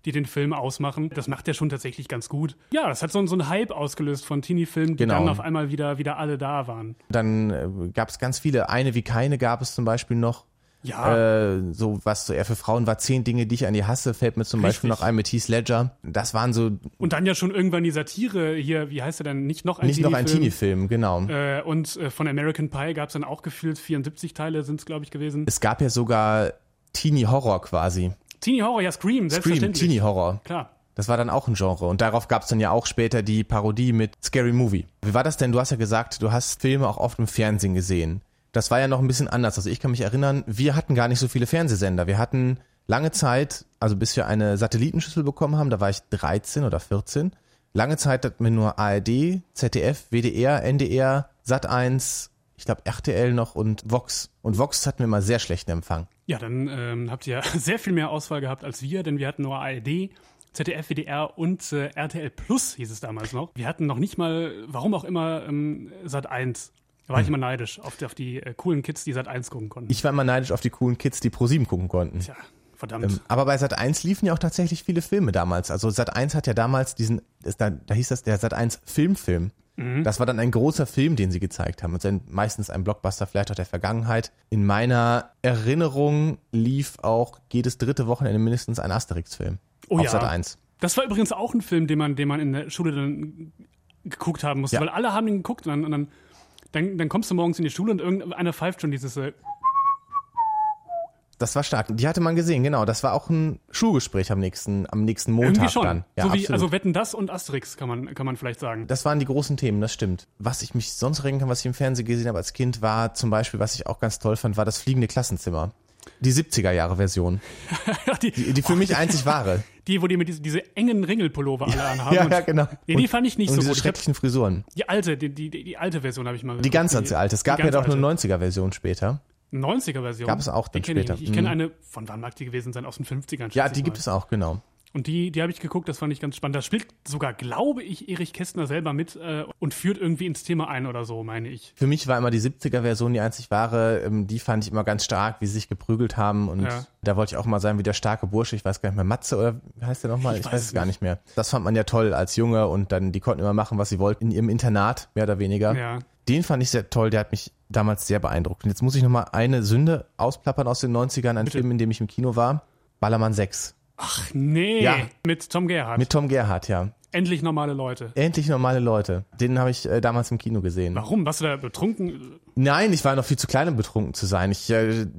Speaker 3: die den Film ausmachen. Das macht er schon tatsächlich ganz gut. Ja, das hat so, so einen Hype ausgelöst von Teenie-Filmen, die
Speaker 2: Genau.
Speaker 3: dann auf einmal wieder, wieder alle da waren.
Speaker 2: Dann äh, gab es ganz viele, Eine wie keine gab es zum Beispiel noch.
Speaker 3: Ja.
Speaker 2: Äh, so was so eher für Frauen war, Zehn Dinge, die ich an die hasse, fällt mir zum
Speaker 3: Richtig.
Speaker 2: Beispiel noch ein mit Heath Ledger. Das waren so
Speaker 3: Und dann ja schon irgendwann die Satire hier, wie heißt er denn? Nicht noch ein
Speaker 2: nicht noch ein
Speaker 3: Teenie-Film.
Speaker 2: Teenie-Film, genau.
Speaker 3: Äh, und äh, von American Pie gab es dann auch gefühlt vierundsiebzig Teile, sind es, glaube ich, gewesen.
Speaker 2: Es gab ja sogar Teenie-Horror quasi.
Speaker 3: Teenie-Horror, ja, Scream,
Speaker 2: Scream,
Speaker 3: selbstverständlich.
Speaker 2: Teenie-Horror.
Speaker 3: Klar.
Speaker 2: Das war dann auch ein Genre. Und darauf gab es dann ja auch später die Parodie mit Scary Movie. Wie war das denn? Du hast ja gesagt, du hast Filme auch oft im Fernsehen gesehen. Das war ja noch ein bisschen anders. Also ich kann mich erinnern, wir hatten gar nicht so viele Fernsehsender. Wir hatten lange Zeit, also bis wir eine Satellitenschüssel bekommen haben, da war ich dreizehn oder vierzehn. Lange Zeit hatten wir nur A R D, Z D F, W D R, N D R, Sat eins, ich glaube R T L noch und Vox. Und Vox hatten wir mal sehr schlechten Empfang.
Speaker 3: Ja, dann ähm, habt ihr sehr viel mehr Auswahl gehabt als wir, denn wir hatten nur A R D, Z D F, W D R und äh, R T L Plus hieß es damals noch. Wir hatten noch nicht mal, warum auch immer, ähm, Sat eins. Da war ich immer neidisch auf die, auf die äh, coolen Kids, die Sat eins gucken konnten.
Speaker 2: Ich war immer neidisch auf die coolen Kids, die Pro sieben gucken konnten.
Speaker 3: Tja, verdammt.
Speaker 2: Ähm, aber bei Sat eins liefen ja auch tatsächlich viele Filme damals. Also Sat eins hat ja damals diesen, das, da, da hieß das der Sat eins Filmfilm. Mhm. Das war dann ein großer Film, den sie gezeigt haben. Und dann meistens ein Blockbuster, vielleicht auch der Vergangenheit. In meiner Erinnerung lief auch jedes dritte Wochenende mindestens ein Asterix-Film
Speaker 3: Oh
Speaker 2: auf
Speaker 3: ja.
Speaker 2: Sat eins.
Speaker 3: Das war übrigens auch ein Film, den man, den man in der Schule dann geguckt haben musste,
Speaker 2: Ja.
Speaker 3: weil alle haben ihn geguckt und dann, und dann, dann, dann kommst du morgens in die Schule und irgendeiner pfeift schon dieses äh,
Speaker 2: Das war stark. Die hatte man gesehen, genau. Das war auch ein Schulgespräch am nächsten, am nächsten Montag
Speaker 3: irgendwie schon.
Speaker 2: dann. Ja,
Speaker 3: so wie,
Speaker 2: absolut.
Speaker 3: also Wetten, das und Asterix kann man, kann man vielleicht sagen.
Speaker 2: Das waren die großen Themen, das stimmt. Was ich mich sonst erinnern kann, was ich im Fernsehen gesehen habe als Kind, war zum Beispiel, was ich auch ganz toll fand, war das fliegende Klassenzimmer. Die siebziger-Jahre-Version.
Speaker 3: die,
Speaker 2: Die, die für mich einzig wahre.
Speaker 3: die, wo die mit diese, diese engen Ringelpullover alle anhaben.
Speaker 2: Ja,
Speaker 3: und-
Speaker 2: ja, genau.
Speaker 3: Nee, die
Speaker 2: Und-
Speaker 3: fand ich nicht
Speaker 2: und
Speaker 3: so
Speaker 2: diese
Speaker 3: gut. Ich hab
Speaker 2: schrecklichen Frisuren.
Speaker 3: die alte, die, die, die alte Version habe ich mal
Speaker 2: Die ganz, ganz alte. Es gab ja
Speaker 3: ganz
Speaker 2: doch eine
Speaker 3: alte.
Speaker 2: neunziger-Version später.
Speaker 3: neunziger-Version.
Speaker 2: Gab es auch dann
Speaker 3: die kenn
Speaker 2: später.
Speaker 3: Ich, nicht. ich kenne
Speaker 2: Mhm.
Speaker 3: eine, von wann mag die gewesen sein? Aus den fünfzigern.
Speaker 2: Ja,
Speaker 3: schätze
Speaker 2: die
Speaker 3: ich
Speaker 2: gibt
Speaker 3: mal.
Speaker 2: es auch, genau.
Speaker 3: Und die, die habe ich geguckt, das fand ich ganz spannend. Da spielt sogar, glaube ich, Erich Kästner selber mit äh, und führt irgendwie ins Thema ein oder so, meine ich.
Speaker 2: Für mich war immer die siebziger-Version die einzig wahre. Ähm, Die fand ich immer ganz stark, wie sie sich geprügelt haben. Und
Speaker 3: Ja.
Speaker 2: da wollte ich auch mal sein wie der starke Bursche. Ich weiß gar nicht mehr, Matze oder wie heißt der nochmal?
Speaker 3: Ich
Speaker 2: Ich,
Speaker 3: weiß
Speaker 2: weiß
Speaker 3: es
Speaker 2: es gar nicht mehr. Das fand man ja toll als Junge und dann, die konnten immer machen, was sie wollten in ihrem Internat, mehr oder weniger.
Speaker 3: Ja.
Speaker 2: Den fand ich sehr toll, der hat mich damals sehr beeindruckt. Und jetzt muss ich nochmal eine Sünde ausplappern aus den neunzigern, ein
Speaker 3: Bitte.
Speaker 2: Film, in dem ich im Kino war. Ballermann sechs.
Speaker 3: Ach nee,
Speaker 2: Ja.
Speaker 3: mit Tom Gerhardt.
Speaker 2: Mit Tom Gerhardt, ja.
Speaker 3: Endlich normale Leute.
Speaker 2: Endlich normale Leute. Den habe ich äh, damals im Kino gesehen.
Speaker 3: Warum? Warst du da betrunken?
Speaker 2: Nein, ich war noch viel zu klein, um betrunken zu sein. Ich äh, äh,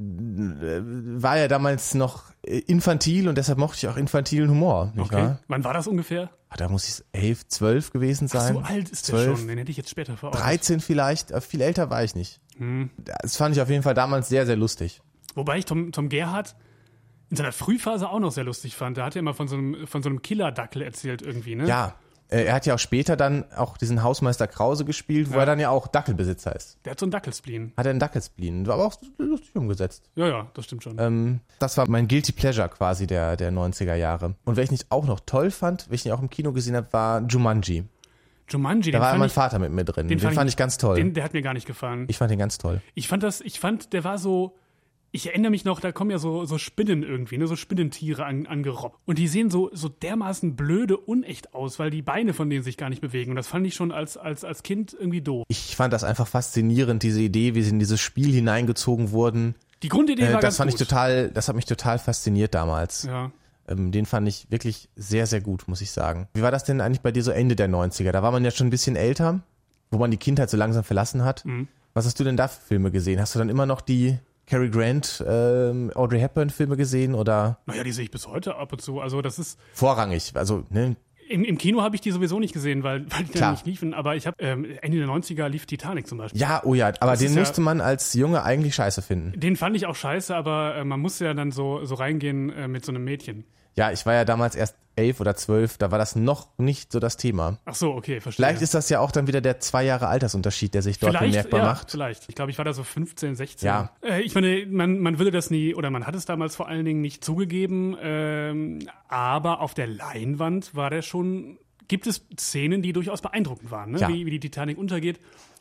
Speaker 2: war ja damals noch äh, infantil und deshalb mochte ich auch infantilen Humor, nicht
Speaker 3: Okay.
Speaker 2: wahr?
Speaker 3: Wann war das ungefähr?
Speaker 2: Ah, da muss ich elf, zwölf gewesen
Speaker 3: Ach,
Speaker 2: sein.
Speaker 3: so alt ist der
Speaker 2: zwölf,
Speaker 3: schon. Den hätte ich jetzt später verordnet.
Speaker 2: dreizehn vielleicht, äh, viel älter war ich nicht.
Speaker 3: Hm.
Speaker 2: Das fand ich auf jeden Fall damals sehr, sehr lustig.
Speaker 3: Wobei ich Tom, Tom Gerhardt in seiner Frühphase auch noch sehr lustig fand. Da hat er immer von so einem, von so einem Killerdackel erzählt irgendwie, ne?
Speaker 2: Ja, äh, er hat ja auch später dann auch diesen Hausmeister Krause gespielt, wo
Speaker 3: Ja.
Speaker 2: er dann ja auch Dackelbesitzer ist.
Speaker 3: Der hat so einen Dackelspleen.
Speaker 2: Hat er einen Dackelspleen, war aber auch lustig umgesetzt.
Speaker 3: Ja, ja, das stimmt schon.
Speaker 2: Ähm, das war mein Guilty Pleasure quasi der, der neunziger Jahre. Und welchen ich auch noch toll fand, welchen ich auch im Kino gesehen habe, war Jumanji.
Speaker 3: Jumanji,
Speaker 2: Da
Speaker 3: den
Speaker 2: war
Speaker 3: fand
Speaker 2: mein
Speaker 3: ich,
Speaker 2: Vater mit mir drin. Den,
Speaker 3: den
Speaker 2: fand,
Speaker 3: fand
Speaker 2: ich,
Speaker 3: ich-
Speaker 2: ganz toll.
Speaker 3: den, der hat mir gar nicht gefallen.
Speaker 2: ich fand den ganz toll.
Speaker 3: Ich fand das, ich fand, der war so, ich erinnere mich noch, da kommen ja so, so Spinnen irgendwie, ne, so Spinnentiere an, angerobbt. Und die sehen so, so dermaßen blöde, unecht aus, weil die Beine von denen sich gar nicht bewegen. Und das fand ich schon als, als, als Kind irgendwie doof.
Speaker 2: Ich fand das einfach faszinierend, diese Idee, wie sie in dieses Spiel hineingezogen wurden.
Speaker 3: Die Grundidee
Speaker 2: Äh,
Speaker 3: war
Speaker 2: das
Speaker 3: ganz
Speaker 2: fand
Speaker 3: gut.
Speaker 2: ich total, das hat mich total fasziniert damals.
Speaker 3: Ja.
Speaker 2: Ähm, den fand ich wirklich sehr, sehr gut, muss ich sagen. Wie war das denn eigentlich bei dir so Ende der neunziger? Da war man ja schon ein bisschen älter, wo man die Kindheit so langsam verlassen hat.
Speaker 3: Mhm.
Speaker 2: Was hast du denn da für Filme gesehen? Hast du dann immer noch die Cary Grant, ähm, Audrey Hepburn Filme gesehen oder
Speaker 3: Naja, die sehe ich bis heute ab und zu. Also das ist,
Speaker 2: vorrangig? Also, ne?
Speaker 3: im, im Kino habe ich die sowieso nicht gesehen, weil, weil die
Speaker 2: Klar.
Speaker 3: dann nicht liefen. Aber ich habe, ähm, Ende der neunziger lief Titanic zum Beispiel.
Speaker 2: Ja, oh ja, aber
Speaker 3: Das
Speaker 2: den
Speaker 3: ist ja-
Speaker 2: musste man als Junge eigentlich scheiße finden.
Speaker 3: Den fand ich auch scheiße, aber äh, man musste ja dann so, so reingehen äh, mit so einem Mädchen.
Speaker 2: Ja, ich war ja damals erst elf oder zwölf, da war das noch nicht so das Thema.
Speaker 3: Ach so, okay, verstehe.
Speaker 2: Vielleicht ist das ja auch dann wieder der zwei Jahre Altersunterschied, der sich dort
Speaker 3: Vielleicht,
Speaker 2: bemerkbar
Speaker 3: ja,
Speaker 2: macht.
Speaker 3: vielleicht. Ich glaube, ich war da so fünfzehn, sechzehn.
Speaker 2: Ja.
Speaker 3: Äh, ich meine, man, man würde das nie, oder man hat es damals vor allen Dingen nicht zugegeben, ähm, aber auf der Leinwand war der schon, gibt es Szenen, die durchaus beeindruckend waren, ne?
Speaker 2: Ja.
Speaker 3: wie, wie die Titanic untergeht.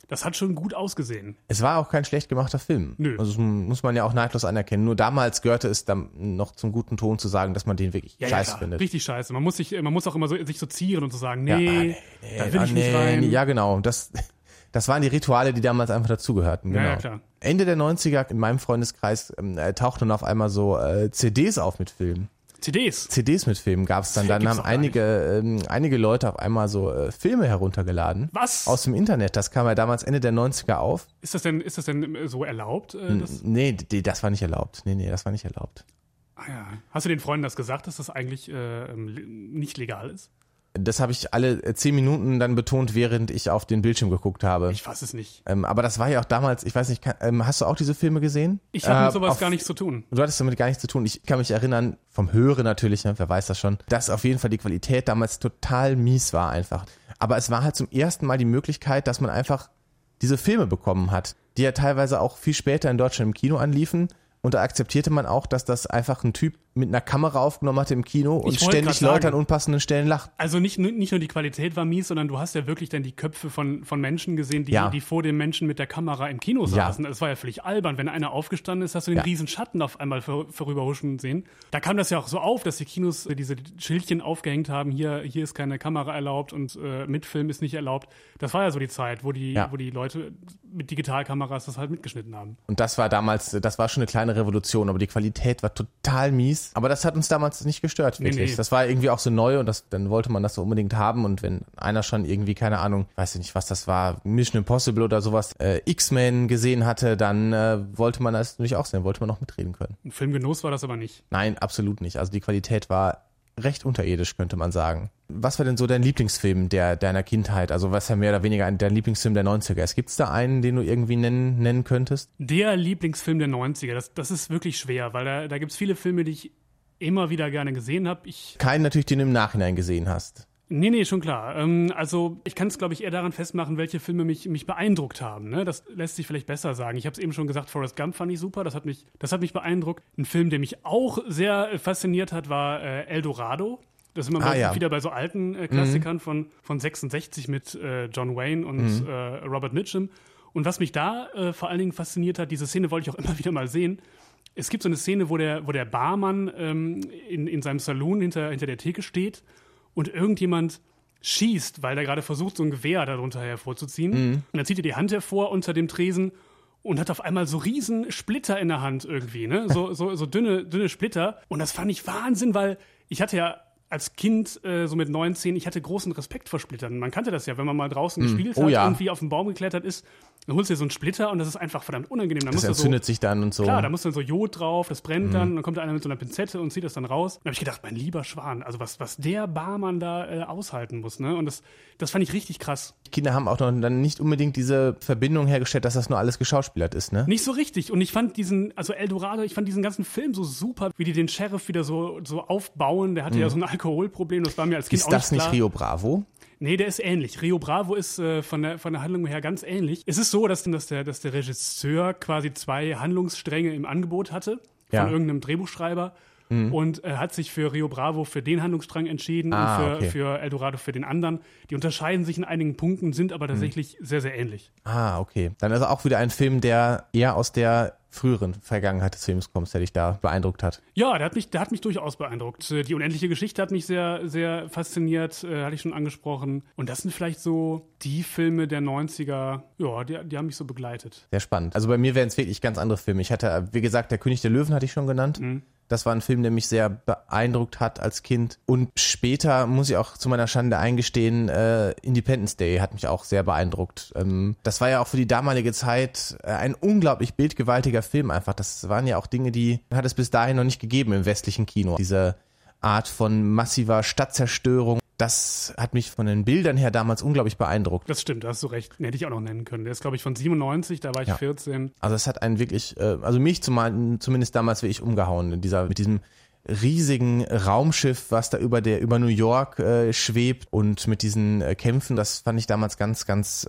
Speaker 3: das hat schon gut ausgesehen.
Speaker 2: Es war auch kein schlecht gemachter Film.
Speaker 3: Nö.
Speaker 2: Also das muss man ja auch neidlos anerkennen. Nur damals gehörte es dann noch zum guten Ton zu sagen, dass man den wirklich
Speaker 3: Ja,
Speaker 2: scheiße
Speaker 3: ja,
Speaker 2: findet.
Speaker 3: richtig scheiße. Man muss sich, man muss auch immer so, sich so zieren und so sagen, nee,
Speaker 2: Ja, ah, nee, nee,
Speaker 3: da will
Speaker 2: ah,
Speaker 3: ich
Speaker 2: nee,
Speaker 3: nicht rein.
Speaker 2: nee. Ja, genau. Das, das waren die Rituale, die damals einfach dazugehörten. Genau.
Speaker 3: Ja, ja, klar.
Speaker 2: Ende der neunziger in meinem Freundeskreis ähm, äh, tauchten auf einmal so äh, C Ds auf mit Filmen.
Speaker 3: C Ds?
Speaker 2: C Ds mit Filmen gab es dann. Dann
Speaker 3: Gibt's
Speaker 2: haben
Speaker 3: doch gar
Speaker 2: einige, ähm, einige Leute auf einmal so äh, Filme heruntergeladen.
Speaker 3: Was?
Speaker 2: Aus dem Internet. Das kam ja damals Ende der neunziger auf.
Speaker 3: Ist das denn, ist das denn so erlaubt? Äh, das?
Speaker 2: Nee, die, das war nicht erlaubt. Nee, nee, das war nicht erlaubt.
Speaker 3: Ah, ja. Hast du den Freunden das gesagt, dass das eigentlich äh, nicht legal ist?
Speaker 2: Das habe ich alle zehn Minuten dann betont, während ich auf den Bildschirm geguckt habe.
Speaker 3: Ich weiß es nicht.
Speaker 2: Ähm, aber das war ja auch damals, ich weiß nicht, kann, ähm, hast du auch diese Filme gesehen?
Speaker 3: Ich habe
Speaker 2: Äh,
Speaker 3: mit sowas
Speaker 2: auf-
Speaker 3: gar nichts zu tun.
Speaker 2: Du hattest damit gar nichts zu tun. Ich kann mich erinnern, vom Hören natürlich, ne, wer weiß das schon, dass auf jeden Fall die Qualität damals total mies war einfach. Aber es war halt zum ersten Mal die Möglichkeit, dass man einfach diese Filme bekommen hat, die ja teilweise auch viel später in Deutschland im Kino anliefen. Und da akzeptierte man auch, dass das einfach ein Typ mit einer Kamera aufgenommen hatte im Kino und
Speaker 3: Ich wollte
Speaker 2: ständig
Speaker 3: grad
Speaker 2: Leute
Speaker 3: sagen.
Speaker 2: an unpassenden Stellen lacht.
Speaker 3: Also nicht, nur- nicht nur die Qualität war mies, sondern du hast ja wirklich dann die Köpfe von, von Menschen gesehen, die,
Speaker 2: Ja.
Speaker 3: die vor dem Menschen mit der Kamera im Kino
Speaker 2: Ja.
Speaker 3: saßen. Das war ja völlig albern. Wenn einer aufgestanden ist, hast du den
Speaker 2: Ja.
Speaker 3: riesen Schatten auf einmal vor, vorüberhuschen sehen. Da kam das ja auch so auf, dass die Kinos äh, diese Schildchen aufgehängt haben, hier, hier ist keine Kamera erlaubt und äh, Mitfilm ist nicht erlaubt. Das war ja so die Zeit, wo die,
Speaker 2: Ja.
Speaker 3: wo die Leute mit Digitalkameras das halt mitgeschnitten haben.
Speaker 2: Und das war damals, das war schon eine kleine Revolution, aber die Qualität war total mies. Aber das hat uns damals nicht gestört,
Speaker 3: Nee,
Speaker 2: wirklich.
Speaker 3: nee.
Speaker 2: Das war irgendwie auch so neu und das, dann wollte man das so unbedingt haben. Und wenn einer schon irgendwie, keine Ahnung, weiß ich nicht, was das war, Mission Impossible oder sowas, äh, X-Men gesehen hatte, dann äh, wollte man das natürlich auch sehen, wollte man auch mitreden können.
Speaker 3: Ein Filmgenuss war das aber nicht.
Speaker 2: Nein, absolut nicht. Also die Qualität war recht unterirdisch, könnte man sagen. Was war denn so dein Lieblingsfilm der deiner Kindheit? Also was ja mehr oder weniger ein- dein Lieblingsfilm der neunziger ist? Gibt es da einen, den du irgendwie nennen, nennen könntest?
Speaker 3: Der Lieblingsfilm der neunziger, das, das ist wirklich schwer, weil da, da gibt es viele Filme, die ich immer wieder gerne gesehen habe. Ich
Speaker 2: Keinen natürlich, den du im Nachhinein gesehen hast.
Speaker 3: Nee, nee, schon klar. Ähm, also ich kann es, glaube ich, eher daran festmachen, welche Filme mich, mich beeindruckt haben. Ne? Das lässt sich vielleicht besser sagen. Ich habe es eben schon gesagt, Forrest Gump fand ich super, das hat mich, das hat mich beeindruckt. Ein Film, der mich auch sehr äh, fasziniert hat, war äh, El Dorado. Das ist immer
Speaker 2: Ah,
Speaker 3: mal
Speaker 2: ja.
Speaker 3: wieder bei so alten äh, Klassikern von, von sechsundsechzig mit äh, John Wayne und äh, Robert Mitchum. Und was mich da äh, vor allen Dingen fasziniert hat, diese Szene wollte ich auch immer wieder mal sehen. Es gibt so eine Szene, wo der, wo der Barmann ähm, in, in seinem Saloon hinter, hinter der Theke steht und irgendjemand schießt, weil der gerade versucht, so ein Gewehr darunter hervorzuziehen. Und dann zieht er die Hand hervor unter dem Tresen und hat auf einmal so riesen Splitter in der Hand irgendwie, ne? So, so, so dünne, dünne Splitter. Und das fand ich Wahnsinn, weil ich hatte ja als Kind, äh, so mit neunzehn, ich hatte großen Respekt vor Splittern. Man kannte das ja, wenn man mal draußen gespielt
Speaker 2: Oh
Speaker 3: hat,
Speaker 2: ja.
Speaker 3: irgendwie auf den Baum geklettert ist, dann holst du dir so einen Splitter und das ist einfach verdammt unangenehm. Dann
Speaker 2: Das
Speaker 3: musst du so,
Speaker 2: entzündet sich dann und so.
Speaker 3: Klar, da muss dann so Jod drauf, das brennt dann, und dann kommt da einer mit so einer Pinzette und zieht das dann raus. Da habe ich gedacht, mein lieber Schwan, also was, was der Barmann da äh, aushalten muss, ne? Und das, das fand ich richtig krass.
Speaker 2: Kinder haben auch noch dann nicht unbedingt diese Verbindung hergestellt, dass das nur alles geschauspielert ist, ne?
Speaker 3: Nicht so richtig. Und ich fand diesen, also El Dorado, ich fand diesen ganzen Film so super, wie die den Sheriff wieder so, so aufbauen. Der hatte ja so ein Alkoholproblem, das war mir als Kind
Speaker 2: Ist
Speaker 3: auch
Speaker 2: das
Speaker 3: nicht
Speaker 2: nicht
Speaker 3: klar.
Speaker 2: Rio Bravo?
Speaker 3: Nee, der ist ähnlich. Rio Bravo ist äh, von, der, von der Handlung her ganz ähnlich. Es ist so, dass, dass, der, dass der Regisseur quasi zwei Handlungsstränge im Angebot hatte von
Speaker 2: Ja.
Speaker 3: irgendeinem Drehbuchschreiber und äh, hat sich für Rio Bravo für den Handlungsstrang entschieden
Speaker 2: Ah,
Speaker 3: und für,
Speaker 2: okay.
Speaker 3: für El Dorado für den anderen. Die unterscheiden sich in einigen Punkten, sind aber tatsächlich sehr, sehr ähnlich.
Speaker 2: Ah, okay. Dann ist auch wieder ein Film, der eher aus der früheren Vergangenheit des Films kommt, der dich da beeindruckt hat.
Speaker 3: Ja, der hat mich, der hat mich durchaus beeindruckt. Äh, Die unendliche Geschichte hat mich sehr, sehr fasziniert, äh, hatte ich schon angesprochen. Und das sind vielleicht so die Filme der neunziger, ja, die, die haben mich so begleitet.
Speaker 2: Sehr spannend. Also bei mir wären es wirklich ganz andere Filme. Ich hatte, wie gesagt, Der König der Löwen hatte ich schon genannt. Das war ein Film, der mich sehr beeindruckt hat als Kind. Und später, muss ich auch zu meiner Schande eingestehen, äh, Independence Day hat mich auch sehr beeindruckt. Ähm, das war ja auch für die damalige Zeit äh, ein unglaublich bildgewaltiger Film einfach. Das waren ja auch Dinge, die hat es bis dahin noch nicht gegeben im westlichen Kino. Diese Art von massiver Stadtzerstörung. Das hat mich von den Bildern her damals unglaublich beeindruckt.
Speaker 3: Das stimmt, da hast du recht. Den hätte ich auch noch nennen können. Der ist, glaube ich, von siebenundneunzig, da war ich
Speaker 2: Ja.
Speaker 3: vierzehn.
Speaker 2: Also es hat einen wirklich, äh, also mich zum, zumindest damals wirklich umgehauen, in dieser, mit diesem riesigen Raumschiff, was da über der über New York äh, schwebt und mit diesen äh, Kämpfen, das fand ich damals ganz, ganz äh,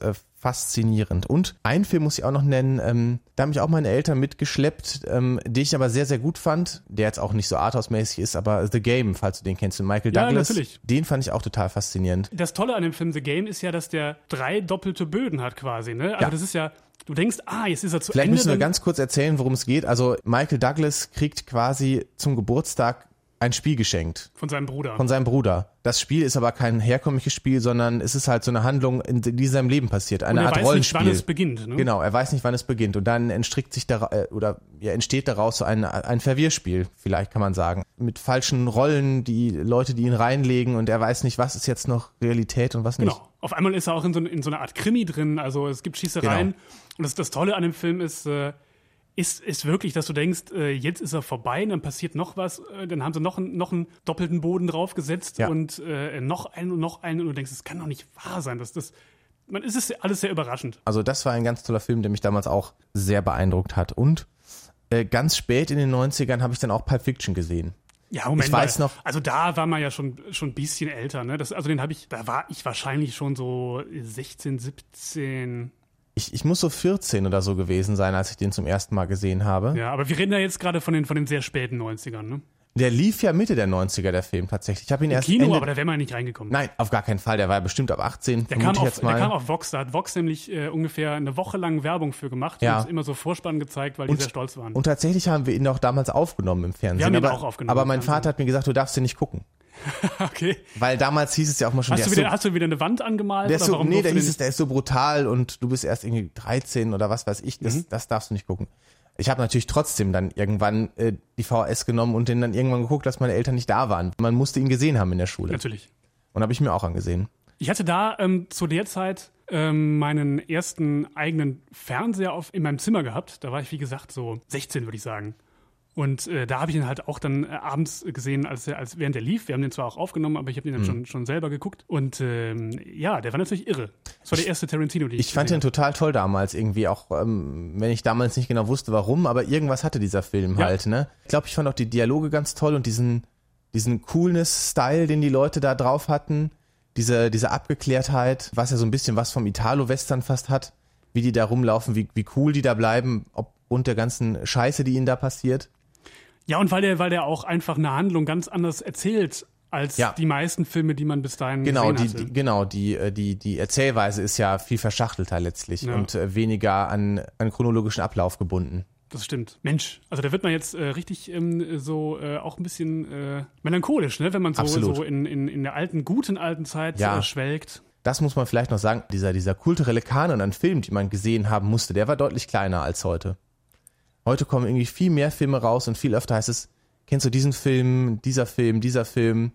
Speaker 2: faszinierend. Und einen Film muss ich auch noch nennen, ähm, da haben mich auch meine Eltern mitgeschleppt, ähm, den ich aber sehr, sehr gut fand, der jetzt auch nicht so arthouse-mäßig ist, aber The Game, falls du den kennst, mit Michael
Speaker 3: Ja,
Speaker 2: Douglas.
Speaker 3: natürlich.
Speaker 2: Den fand ich auch total faszinierend.
Speaker 3: Das Tolle an dem Film The Game ist ja, dass der drei doppelte Böden hat quasi. Ne? Also
Speaker 2: Ja.
Speaker 3: das ist ja, du denkst, ah, jetzt ist er zu
Speaker 2: Vielleicht
Speaker 3: Ende.
Speaker 2: müssen wir
Speaker 3: dann-
Speaker 2: ganz kurz erzählen, worum es geht. Also Michael Douglas kriegt quasi zum Geburtstag ein Spiel geschenkt
Speaker 3: Von seinem Bruder.
Speaker 2: von seinem Bruder. Das Spiel ist aber kein herkömmliches Spiel, sondern es ist halt so eine Handlung, in die in seinem Leben passiert. Eine
Speaker 3: Und er
Speaker 2: Art
Speaker 3: weiß
Speaker 2: Rollenspiel.
Speaker 3: nicht, wann es beginnt. Ne?
Speaker 2: Genau, er weiß nicht, wann es beginnt. Und dann entstrickt sich da, äh, oder ja, entsteht daraus so ein, ein Verwirrspiel, vielleicht kann man sagen. Mit falschen Rollen, die Leute, die ihn reinlegen und er weiß nicht, was ist jetzt noch Realität und was nicht.
Speaker 3: Genau. Auf einmal ist er auch in so, in so einer Art Krimi drin. Also es gibt Schießereien.
Speaker 2: Genau.
Speaker 3: Und das, das Tolle an dem Film ist, äh, ist, ist wirklich, dass du denkst, äh, jetzt ist er vorbei, und dann passiert noch was. Äh, dann haben sie noch, einen- noch einen doppelten Boden draufgesetzt
Speaker 2: Ja.
Speaker 3: und äh, noch einen und noch einen. Und du denkst, das kann doch nicht wahr sein. Das, das, man, es ist alles sehr überraschend.
Speaker 2: Also das war ein ganz toller Film, der mich damals auch sehr beeindruckt hat. Und äh, ganz spät in den neunzigern habe ich dann auch Pulp Fiction gesehen.
Speaker 3: Ja, Moment
Speaker 2: Ich weiß
Speaker 3: mal.
Speaker 2: noch-
Speaker 3: Also da war man ja schon, schon ein bisschen älter. Ne? Das, also den habe ich, da war ich wahrscheinlich schon so sechzehn, siebzehn.
Speaker 2: Ich, ich muss so vierzehn oder so gewesen sein, als ich den zum ersten Mal gesehen habe.
Speaker 3: Ja, aber wir reden ja jetzt gerade von den, von den sehr späten neunzigern. Ne?
Speaker 2: Der lief ja Mitte der neunziger, der Film tatsächlich. Ich habe ihn erst
Speaker 3: Kino,
Speaker 2: Ende,
Speaker 3: aber da wäre man nicht reingekommen.
Speaker 2: Nein, auf gar keinen Fall. Der war ja bestimmt ab achtzehn,
Speaker 3: Der
Speaker 2: vermute
Speaker 3: kam,
Speaker 2: ich
Speaker 3: auf,
Speaker 2: jetzt mal.
Speaker 3: der kam auf Vox, da hat Vox nämlich äh, ungefähr eine Woche lang Werbung für gemacht
Speaker 2: Ja.
Speaker 3: und immer so Vorspann gezeigt, weil die
Speaker 2: Und-
Speaker 3: sehr stolz waren.
Speaker 2: Und tatsächlich haben wir ihn auch damals aufgenommen im Fernsehen.
Speaker 3: Wir haben ihn
Speaker 2: aber,
Speaker 3: auch aufgenommen
Speaker 2: aber
Speaker 3: im
Speaker 2: mein
Speaker 3: Fernsehen.
Speaker 2: Vater hat mir gesagt, du darfst den nicht gucken.
Speaker 3: Okay.
Speaker 2: Weil damals hieß es ja auch mal schon,
Speaker 3: Hast
Speaker 2: der
Speaker 3: du,
Speaker 2: ist
Speaker 3: wieder,
Speaker 2: so,
Speaker 3: hast du wieder eine Wand angemalt?
Speaker 2: der ist
Speaker 3: oder
Speaker 2: so,
Speaker 3: warum
Speaker 2: nee, da
Speaker 3: durfst du
Speaker 2: hieß
Speaker 3: den
Speaker 2: es, der ist so brutal und du bist erst irgendwie dreizehn oder was weiß ich, das,
Speaker 3: Mhm.
Speaker 2: das darfst du nicht gucken. Ich habe natürlich trotzdem dann irgendwann äh, die V H S genommen und den dann irgendwann geguckt, dass meine Eltern nicht da waren. Man musste ihn gesehen haben in der Schule.
Speaker 3: Natürlich.
Speaker 2: Und habe ich mir auch angesehen.
Speaker 3: Ich hatte da ähm, zu der Zeit ähm, meinen ersten eigenen Fernseher auf, in meinem Zimmer gehabt. Da war ich, wie gesagt, so sechzehn, würde ich sagen. Und äh, da habe ich ihn halt auch dann äh, abends gesehen, als, er- als während der lief. Wir haben den zwar auch aufgenommen, aber ich habe den dann
Speaker 2: Mhm.
Speaker 3: schon, schon selber geguckt. Und ähm, ja, der war natürlich irre. Das war der erste Tarantino, den ich
Speaker 2: Ich fand den
Speaker 3: gesehen
Speaker 2: total toll damals irgendwie, auch ähm, wenn ich damals nicht genau wusste, warum, aber irgendwas hatte dieser Film
Speaker 3: Ja.
Speaker 2: halt, ne? Ich glaube, ich fand auch die Dialoge ganz toll und diesen, diesen Coolness-Style, den die Leute da drauf hatten, diese, diese Abgeklärtheit, was ja so ein bisschen was vom Italo-Western fast hat, wie die da rumlaufen, wie, wie cool die da bleiben, aufgrund der ganzen Scheiße, die ihnen da passiert.
Speaker 3: Ja, und weil der, weil der auch einfach eine Handlung ganz anders erzählt als
Speaker 2: Ja.
Speaker 3: die meisten Filme, die man bis dahin
Speaker 2: Genau, die,
Speaker 3: gesehen hatte.
Speaker 2: die, genau, die, äh, die, die Erzählweise ist ja viel verschachtelter letztlich
Speaker 3: Ja.
Speaker 2: und äh, weniger an, an chronologischen Ablauf gebunden.
Speaker 3: Das stimmt. Mensch, also da wird man jetzt äh, richtig ähm, so äh, auch ein bisschen äh, melancholisch, ne? Wenn man so,
Speaker 2: Absolut.
Speaker 3: so in, in, in der alten, guten alten Zeit
Speaker 2: Ja.
Speaker 3: äh, schwelgt.
Speaker 2: Das muss man vielleicht noch sagen, dieser, dieser kulturelle Kanon an Filmen, die man gesehen haben musste, der war deutlich kleiner als heute. Heute kommen irgendwie viel mehr Filme raus und viel öfter heißt es, kennst du diesen Film, dieser Film, dieser Film.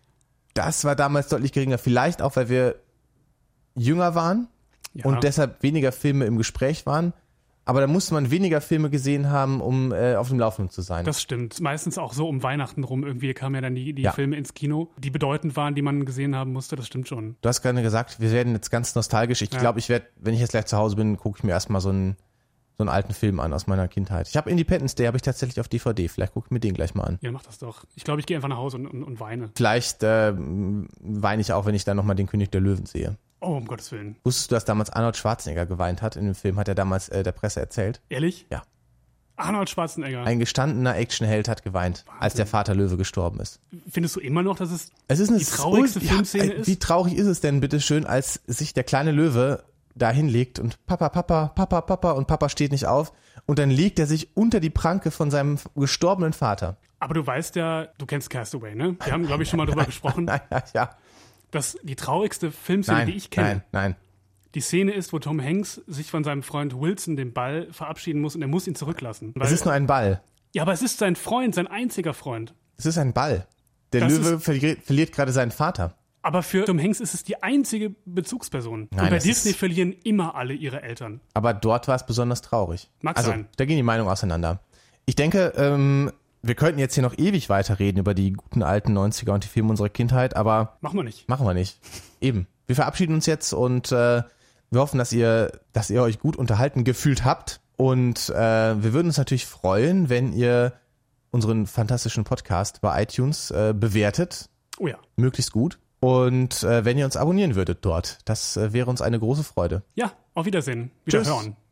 Speaker 2: Das war damals deutlich geringer, vielleicht auch, weil wir jünger waren
Speaker 3: Ja.
Speaker 2: und deshalb weniger Filme im Gespräch waren. Aber da musste man weniger Filme gesehen haben, um äh, auf dem Laufenden zu sein.
Speaker 3: Das stimmt. Meistens auch so um Weihnachten rum. Irgendwie kamen ja dann die, die
Speaker 2: Ja.
Speaker 3: Filme ins Kino, die bedeutend waren, die man gesehen haben musste. Das stimmt schon.
Speaker 2: Du hast gerade gesagt, wir werden jetzt ganz nostalgisch. Ich
Speaker 3: Ja.
Speaker 2: glaube, ich werde, wenn ich jetzt gleich zu Hause bin, gucke ich mir erstmal so einen, so einen alten Film an aus meiner Kindheit. Ich habe Independence Day, habe ich tatsächlich auf D V D. Vielleicht gucke ich mir den gleich mal an.
Speaker 3: Ja, mach das doch. Ich glaube, ich gehe einfach nach Hause und, und, und weine.
Speaker 2: Vielleicht äh, weine ich auch, wenn ich dann nochmal den König der Löwen sehe.
Speaker 3: Oh, um Gottes Willen.
Speaker 2: Wusstest du, dass damals Arnold Schwarzenegger geweint hat in dem Film? Hat er damals äh, der Presse erzählt.
Speaker 3: Ehrlich?
Speaker 2: Ja.
Speaker 3: Arnold Schwarzenegger.
Speaker 2: Ein gestandener Actionheld hat geweint, als der Vater Löwe gestorben ist.
Speaker 3: Findest du immer noch, dass es
Speaker 2: Es ist eine
Speaker 3: die traurigste
Speaker 2: ja,
Speaker 3: Filmszene
Speaker 2: äh,
Speaker 3: ist?
Speaker 2: Wie traurig ist es denn, bitteschön, als sich der kleine Löwe da hinlegt und Papa, Papa, Papa, Papa und Papa steht nicht auf und dann legt er sich unter die Pranke von seinem gestorbenen Vater.
Speaker 3: Aber du weißt ja, du kennst Castaway, ne? Wir haben, glaube ich, schon mal drüber gesprochen,
Speaker 2: Nein, ja, ja.
Speaker 3: dass die traurigste Filmszene,
Speaker 2: Nein,
Speaker 3: die ich kenne,
Speaker 2: nein, nein.
Speaker 3: die Szene ist, wo Tom Hanks sich von seinem Freund Wilson, dem Ball, verabschieden muss und er muss ihn zurücklassen. Weil,
Speaker 2: Es ist nur ein Ball.
Speaker 3: ja, aber es ist sein Freund, sein einziger Freund.
Speaker 2: Es ist ein Ball. Der
Speaker 3: Das
Speaker 2: Löwe
Speaker 3: ist-
Speaker 2: verliert, verliert gerade seinen Vater.
Speaker 3: Aber für Tom Hanks ist es die einzige Bezugsperson.
Speaker 2: Nein,
Speaker 3: und bei
Speaker 2: das
Speaker 3: Disney
Speaker 2: ist-
Speaker 3: verlieren immer alle ihre Eltern.
Speaker 2: Aber dort war es besonders traurig.
Speaker 3: Mag
Speaker 2: also,
Speaker 3: sein.
Speaker 2: da gehen die Meinungen auseinander. Ich denke, ähm, wir könnten jetzt hier noch ewig weiterreden über die guten alten neunziger und die Filme unserer Kindheit, aber
Speaker 3: Machen wir nicht.
Speaker 2: machen wir nicht. Eben. Wir verabschieden uns jetzt und äh, wir hoffen, dass ihr, dass ihr euch gut unterhalten gefühlt habt. Und äh, wir würden uns natürlich freuen, wenn ihr unseren fantastischen Podcast bei iTunes äh, bewertet.
Speaker 3: Oh ja.
Speaker 2: Möglichst gut. Und äh, wenn ihr uns abonnieren würdet dort, das äh, wäre uns eine große Freude.
Speaker 3: Ja, auf Wiedersehen. Wieder
Speaker 2: Tschüss.
Speaker 3: hören.